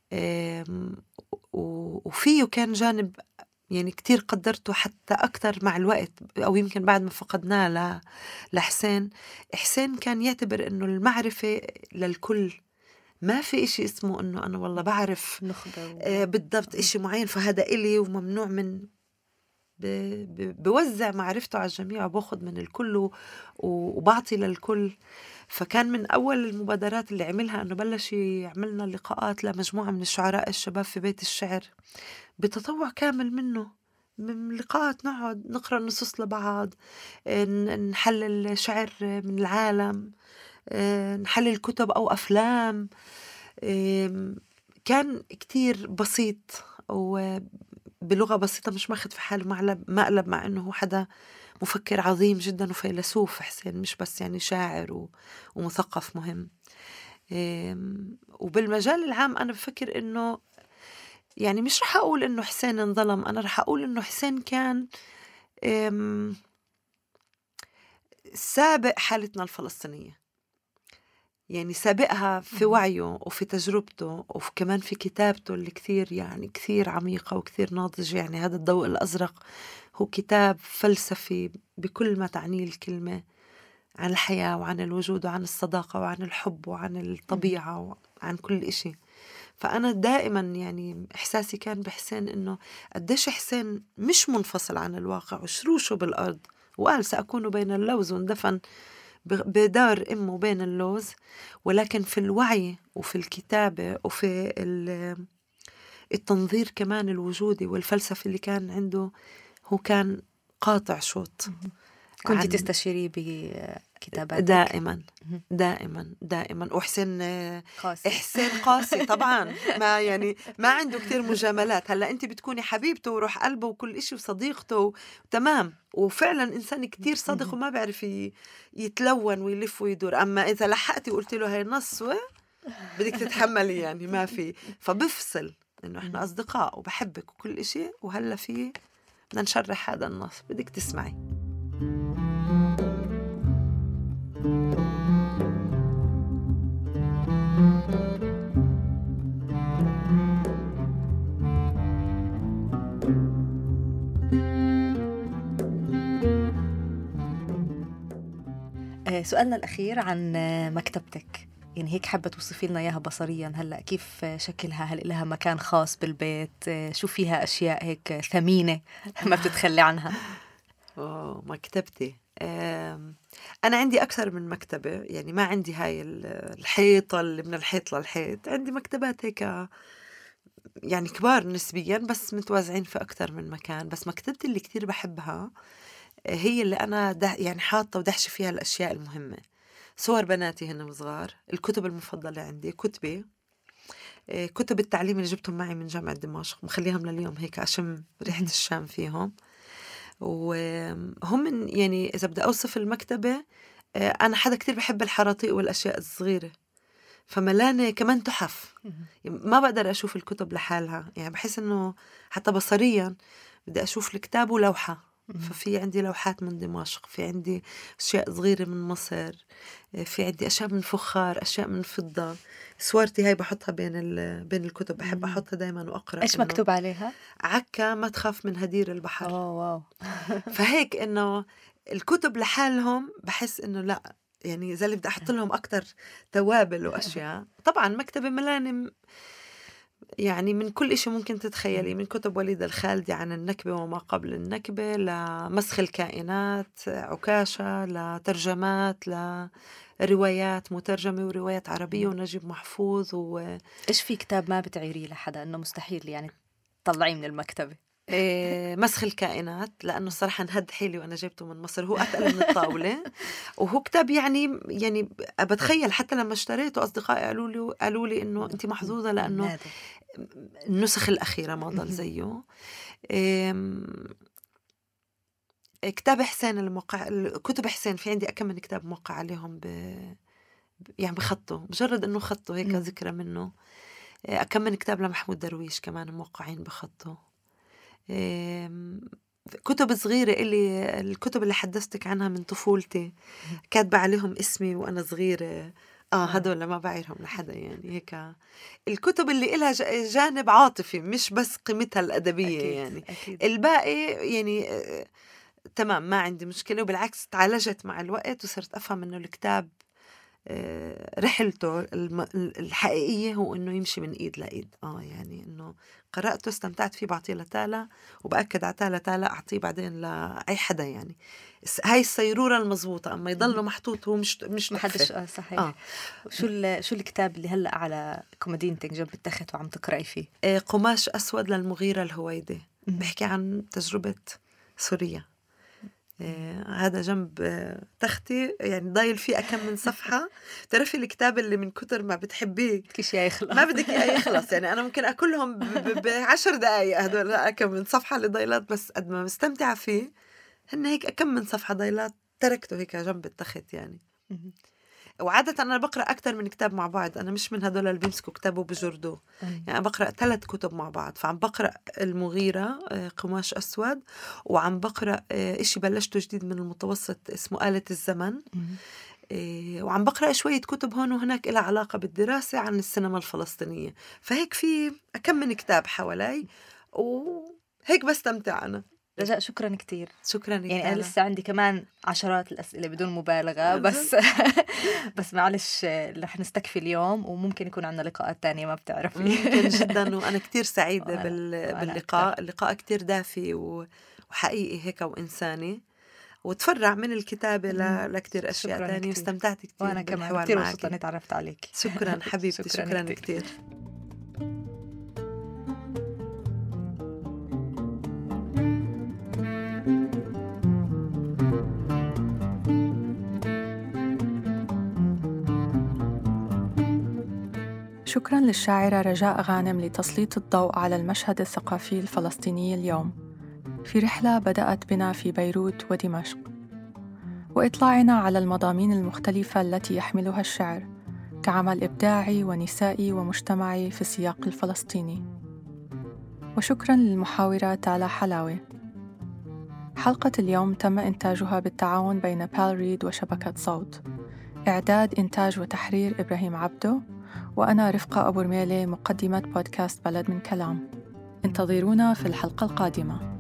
وفيه كان جانب يعني كتير قدرته حتى أكتر مع الوقت، أو يمكن بعد ما فقدناه لحسين. حسين كان يعتبر إنه المعرفة للكل، ما في إشي اسمه إنه أنا والله بعرف بالضبط إشي معين فهذا إلي وممنوع من بوزع معرفته على الجميع وباخد من الكل وبعطي للكل. فكان من أول المبادرات اللي عملها أنه بلش يعملنا لقاءات لمجموعة من الشعراء الشباب في بيت الشعر بتطوع كامل منه، من لقاءات نقعد نقرأ نصوص لبعض، نحلل شعر من العالم، نحلل كتب أو أفلام. كان كتير بسيط وبلغة بسيطة، مش ماخد في حاله مقلب، مع أنه هو حدا مفكر عظيم جدا وفيلسوف حسين، مش بس يعني شاعر ومثقف مهم. وبالمجال العام أنا بفكر أنه يعني مش رح أقول أنه حسين انظلم، أنا رح أقول أنه حسين كان سابق حالتنا الفلسطينية، يعني سابقها في وعيه وفي تجربته وكمان في كتابته اللي كثير يعني كثير عميقة وكثير ناضجة. يعني هذا الضوء الأزرق هو كتاب فلسفي بكل ما تعنيه الكلمة، عن الحياة وعن الوجود وعن الصداقة وعن الحب وعن الطبيعة وعن كل إشي. فأنا دائما يعني إحساسي كان بحسين إنه قديش حسين مش منفصل عن الواقع وشروشه بالأرض، وقال سأكون بين اللوز واندفن بدار أمه بين اللوز، ولكن في الوعي وفي الكتابة وفي التنظير كمان الوجودي والفلسفي اللي كان عنده، هو كان قاطع شوط كنت تستشيري بكتابات؟ دائما دائما دائما. وحسين قاسي. إحسان قاسي طبعا، ما يعني ما عنده كتير مجاملات. هلا أنت بتكوني حبيبته وروح قلبه وكل إشي وصديقته تمام، وفعلا إنسان كتير صادق وما بيعرف يتلون ويلف ويدور. أما إذا لحقتي وقلت له هاي نصوة بدك تتحملي يعني ما في. فبفصل إنه إحنا أصدقاء وبحبك وكل إشي، وهلا في بدنا نشرح هذا النص، بدك تسمعي. سؤالنا الأخير عن مكتبتك، يعني هيك حابة توصفي لنا إياها بصريا. هلأ كيف شكلها؟ هل لها مكان خاص بالبيت؟ شو فيها أشياء هيك ثمينة ما بتتخلي عنها؟ مكتبتي أنا عندي أكثر من مكتبة، يعني ما عندي هاي الحيطة اللي من الحيط للحيط. عندي مكتبات هيك يعني كبار نسبيا بس متوزعين في أكثر من مكان. بس مكتبتي اللي كتير بحبها هي اللي أنا يعني حاطة ودحشة فيها الأشياء المهمة. صور بناتي هن صغار، الكتب المفضلة عندي، كتبي، كتب التعليم اللي جبتهم معي من جامعة دمشق مخليهم لليوم هيك أشم ريحة الشام فيهم. وهم يعني إذا بدي أوصف المكتبة، أنا حدا كتير بحب الحراطيق والأشياء الصغيرة، فملانة كمان تحف. ما بقدر أشوف الكتب لحالها، يعني بحس إنه حتى بصريا بدي أشوف الكتاب ولوحة. ففي عندي لوحات من دمشق، في عندي أشياء صغيرة من مصر، في عندي أشياء من فخار، أشياء من فضة. صورتي هاي بحطها بين الكتب، بحب أحطها دايما وأقرأ. إيش مكتوب عليها؟ عكا ما تخاف من هدير البحر. واو. فهيك إنه الكتب لحالهم بحس إنه لا، يعني إذا اللي بدي أحط لهم أكتر توابل وأشياء. طبعا مكتبة ملانة يعني من كل إشي ممكن تتخيلي، من كتب وليد الخالدي عن النكبة وما قبل النكبة، لمسخ الكائنات، عكاشة، لترجمات، لروايات مترجمة وروايات عربية ونجيب محفوظ. إيش في كتاب ما بتعيريه لحدا إنه مستحيل يعني تطلعيه من المكتبة؟ مسخ الكائنات، لأنه الصراحة انهد حيلي وأنا جبته من مصر، هو أتقل من الطاولة وهو كتاب يعني بتخيل حتى لما اشتريته أصدقائي قالوا لي إنه أنت محظوظة لأنه النسخ الأخيرة ما ضل زيه. كتاب حسين الموقع، كتب حسين في عندي أكم من كتاب موقع عليهم يعني بخطه، مجرد إنه خطه هيك ذكرى منه. أكم من كتاب لمحمود درويش كمان موقعين بخطه. كتب صغيرة اللي الكتب اللي حدثتك عنها من طفولتي كاتبة عليهم اسمي وأنا صغيرة. هدول ما بعيرهم لحدا، يعني هيك الكتب اللي إلها جانب عاطفي مش بس قيمتها الأدبية. أكيد. يعني أكيد. الباقي يعني تمام ما عندي مشكلة، وبالعكس تعالجت مع الوقت وصرت أفهم إنه الكتاب رحلته الحقيقية هو إنه يمشي من إيد لإيد. يعني إنه قرأته استمتعت فيه بعطيه لتالا، وبأكد على تالا أعطيه بعدين لأي حدا. يعني هاي السيرورة المضبوطة، أما يضله محطوط هو مش محدش. صحيح. شو الكتاب اللي هلأ على كومودينتك جنب التخت وعم تقرأي فيه؟ قماش أسود للمغيرة الهويدي، بحكي عن تجربة سوريا. هذا جنب تختي، يعني ضايل فيه أكم من صفحة. تعرفي الكتاب اللي من كتر ما بتحبيه بدكش إياه يخلص، ما بدك إياه يخلص. يعني أنا ممكن أكلهم ب10 دقايق هدول أكم من صفحة اللي ضايلات، بس قد ما مستمتعة فيه هن هيك أكم من صفحة ضايلات تركته هيك جنب التخت يعني. وعادة أنا بقرأ أكتر من كتاب مع بعض، أنا مش من هدول اللي بيمسكوا كتابه بجردوه. يعني بقرأ 3 كتب مع بعض. فعم بقرأ المغيرة قماش أسود، وعم بقرأ إشي بلشته جديد من المتوسط اسمه آلة الزمن، وعم بقرأ شوية كتب هون وهناك إلها علاقة بالدراسة عن السينما الفلسطينية. فهيك في أكم من كتاب حوالي وهيك بستمتع أنا. رجاء شكرا كتير. شكرا يعني أنا لسه عندي كمان عشرات الأسئلة بدون مبالغة، بس معلش رح نستكفي اليوم، وممكن يكون عندنا لقاءات تانية ما بتعرفي. ممكن جدا. وأنا كتير سعيدة باللقاء. اللقاء كتير دافي وحقيقي هيك وإنساني، وتفرع من الكتابة لكتير أشياء تانية. واستمتعت كتير. وأنا كمان كتير مبسوطة إني تعرفت عليك. شكرا حبيبتي. شكرا كتير. وشكراً للشاعرة رجاء غانم لتسليط الضوء على المشهد الثقافي الفلسطيني اليوم في رحلة بدأت بنا في بيروت ودمشق، وإطلاعنا على المضامين المختلفة التي يحملها الشعر كعمل إبداعي ونسائي ومجتمعي في السياق الفلسطيني. وشكراً للمحاورة تالا حلاوة. حلقة اليوم تم إنتاجها بالتعاون بين بال ريد وشبكة صوت. إعداد، إنتاج وتحرير إبراهيم عبدو، وأنا رفقة أبو رميلة، مقدمة بودكاست بلد من كلام. انتظرونا في الحلقة القادمة.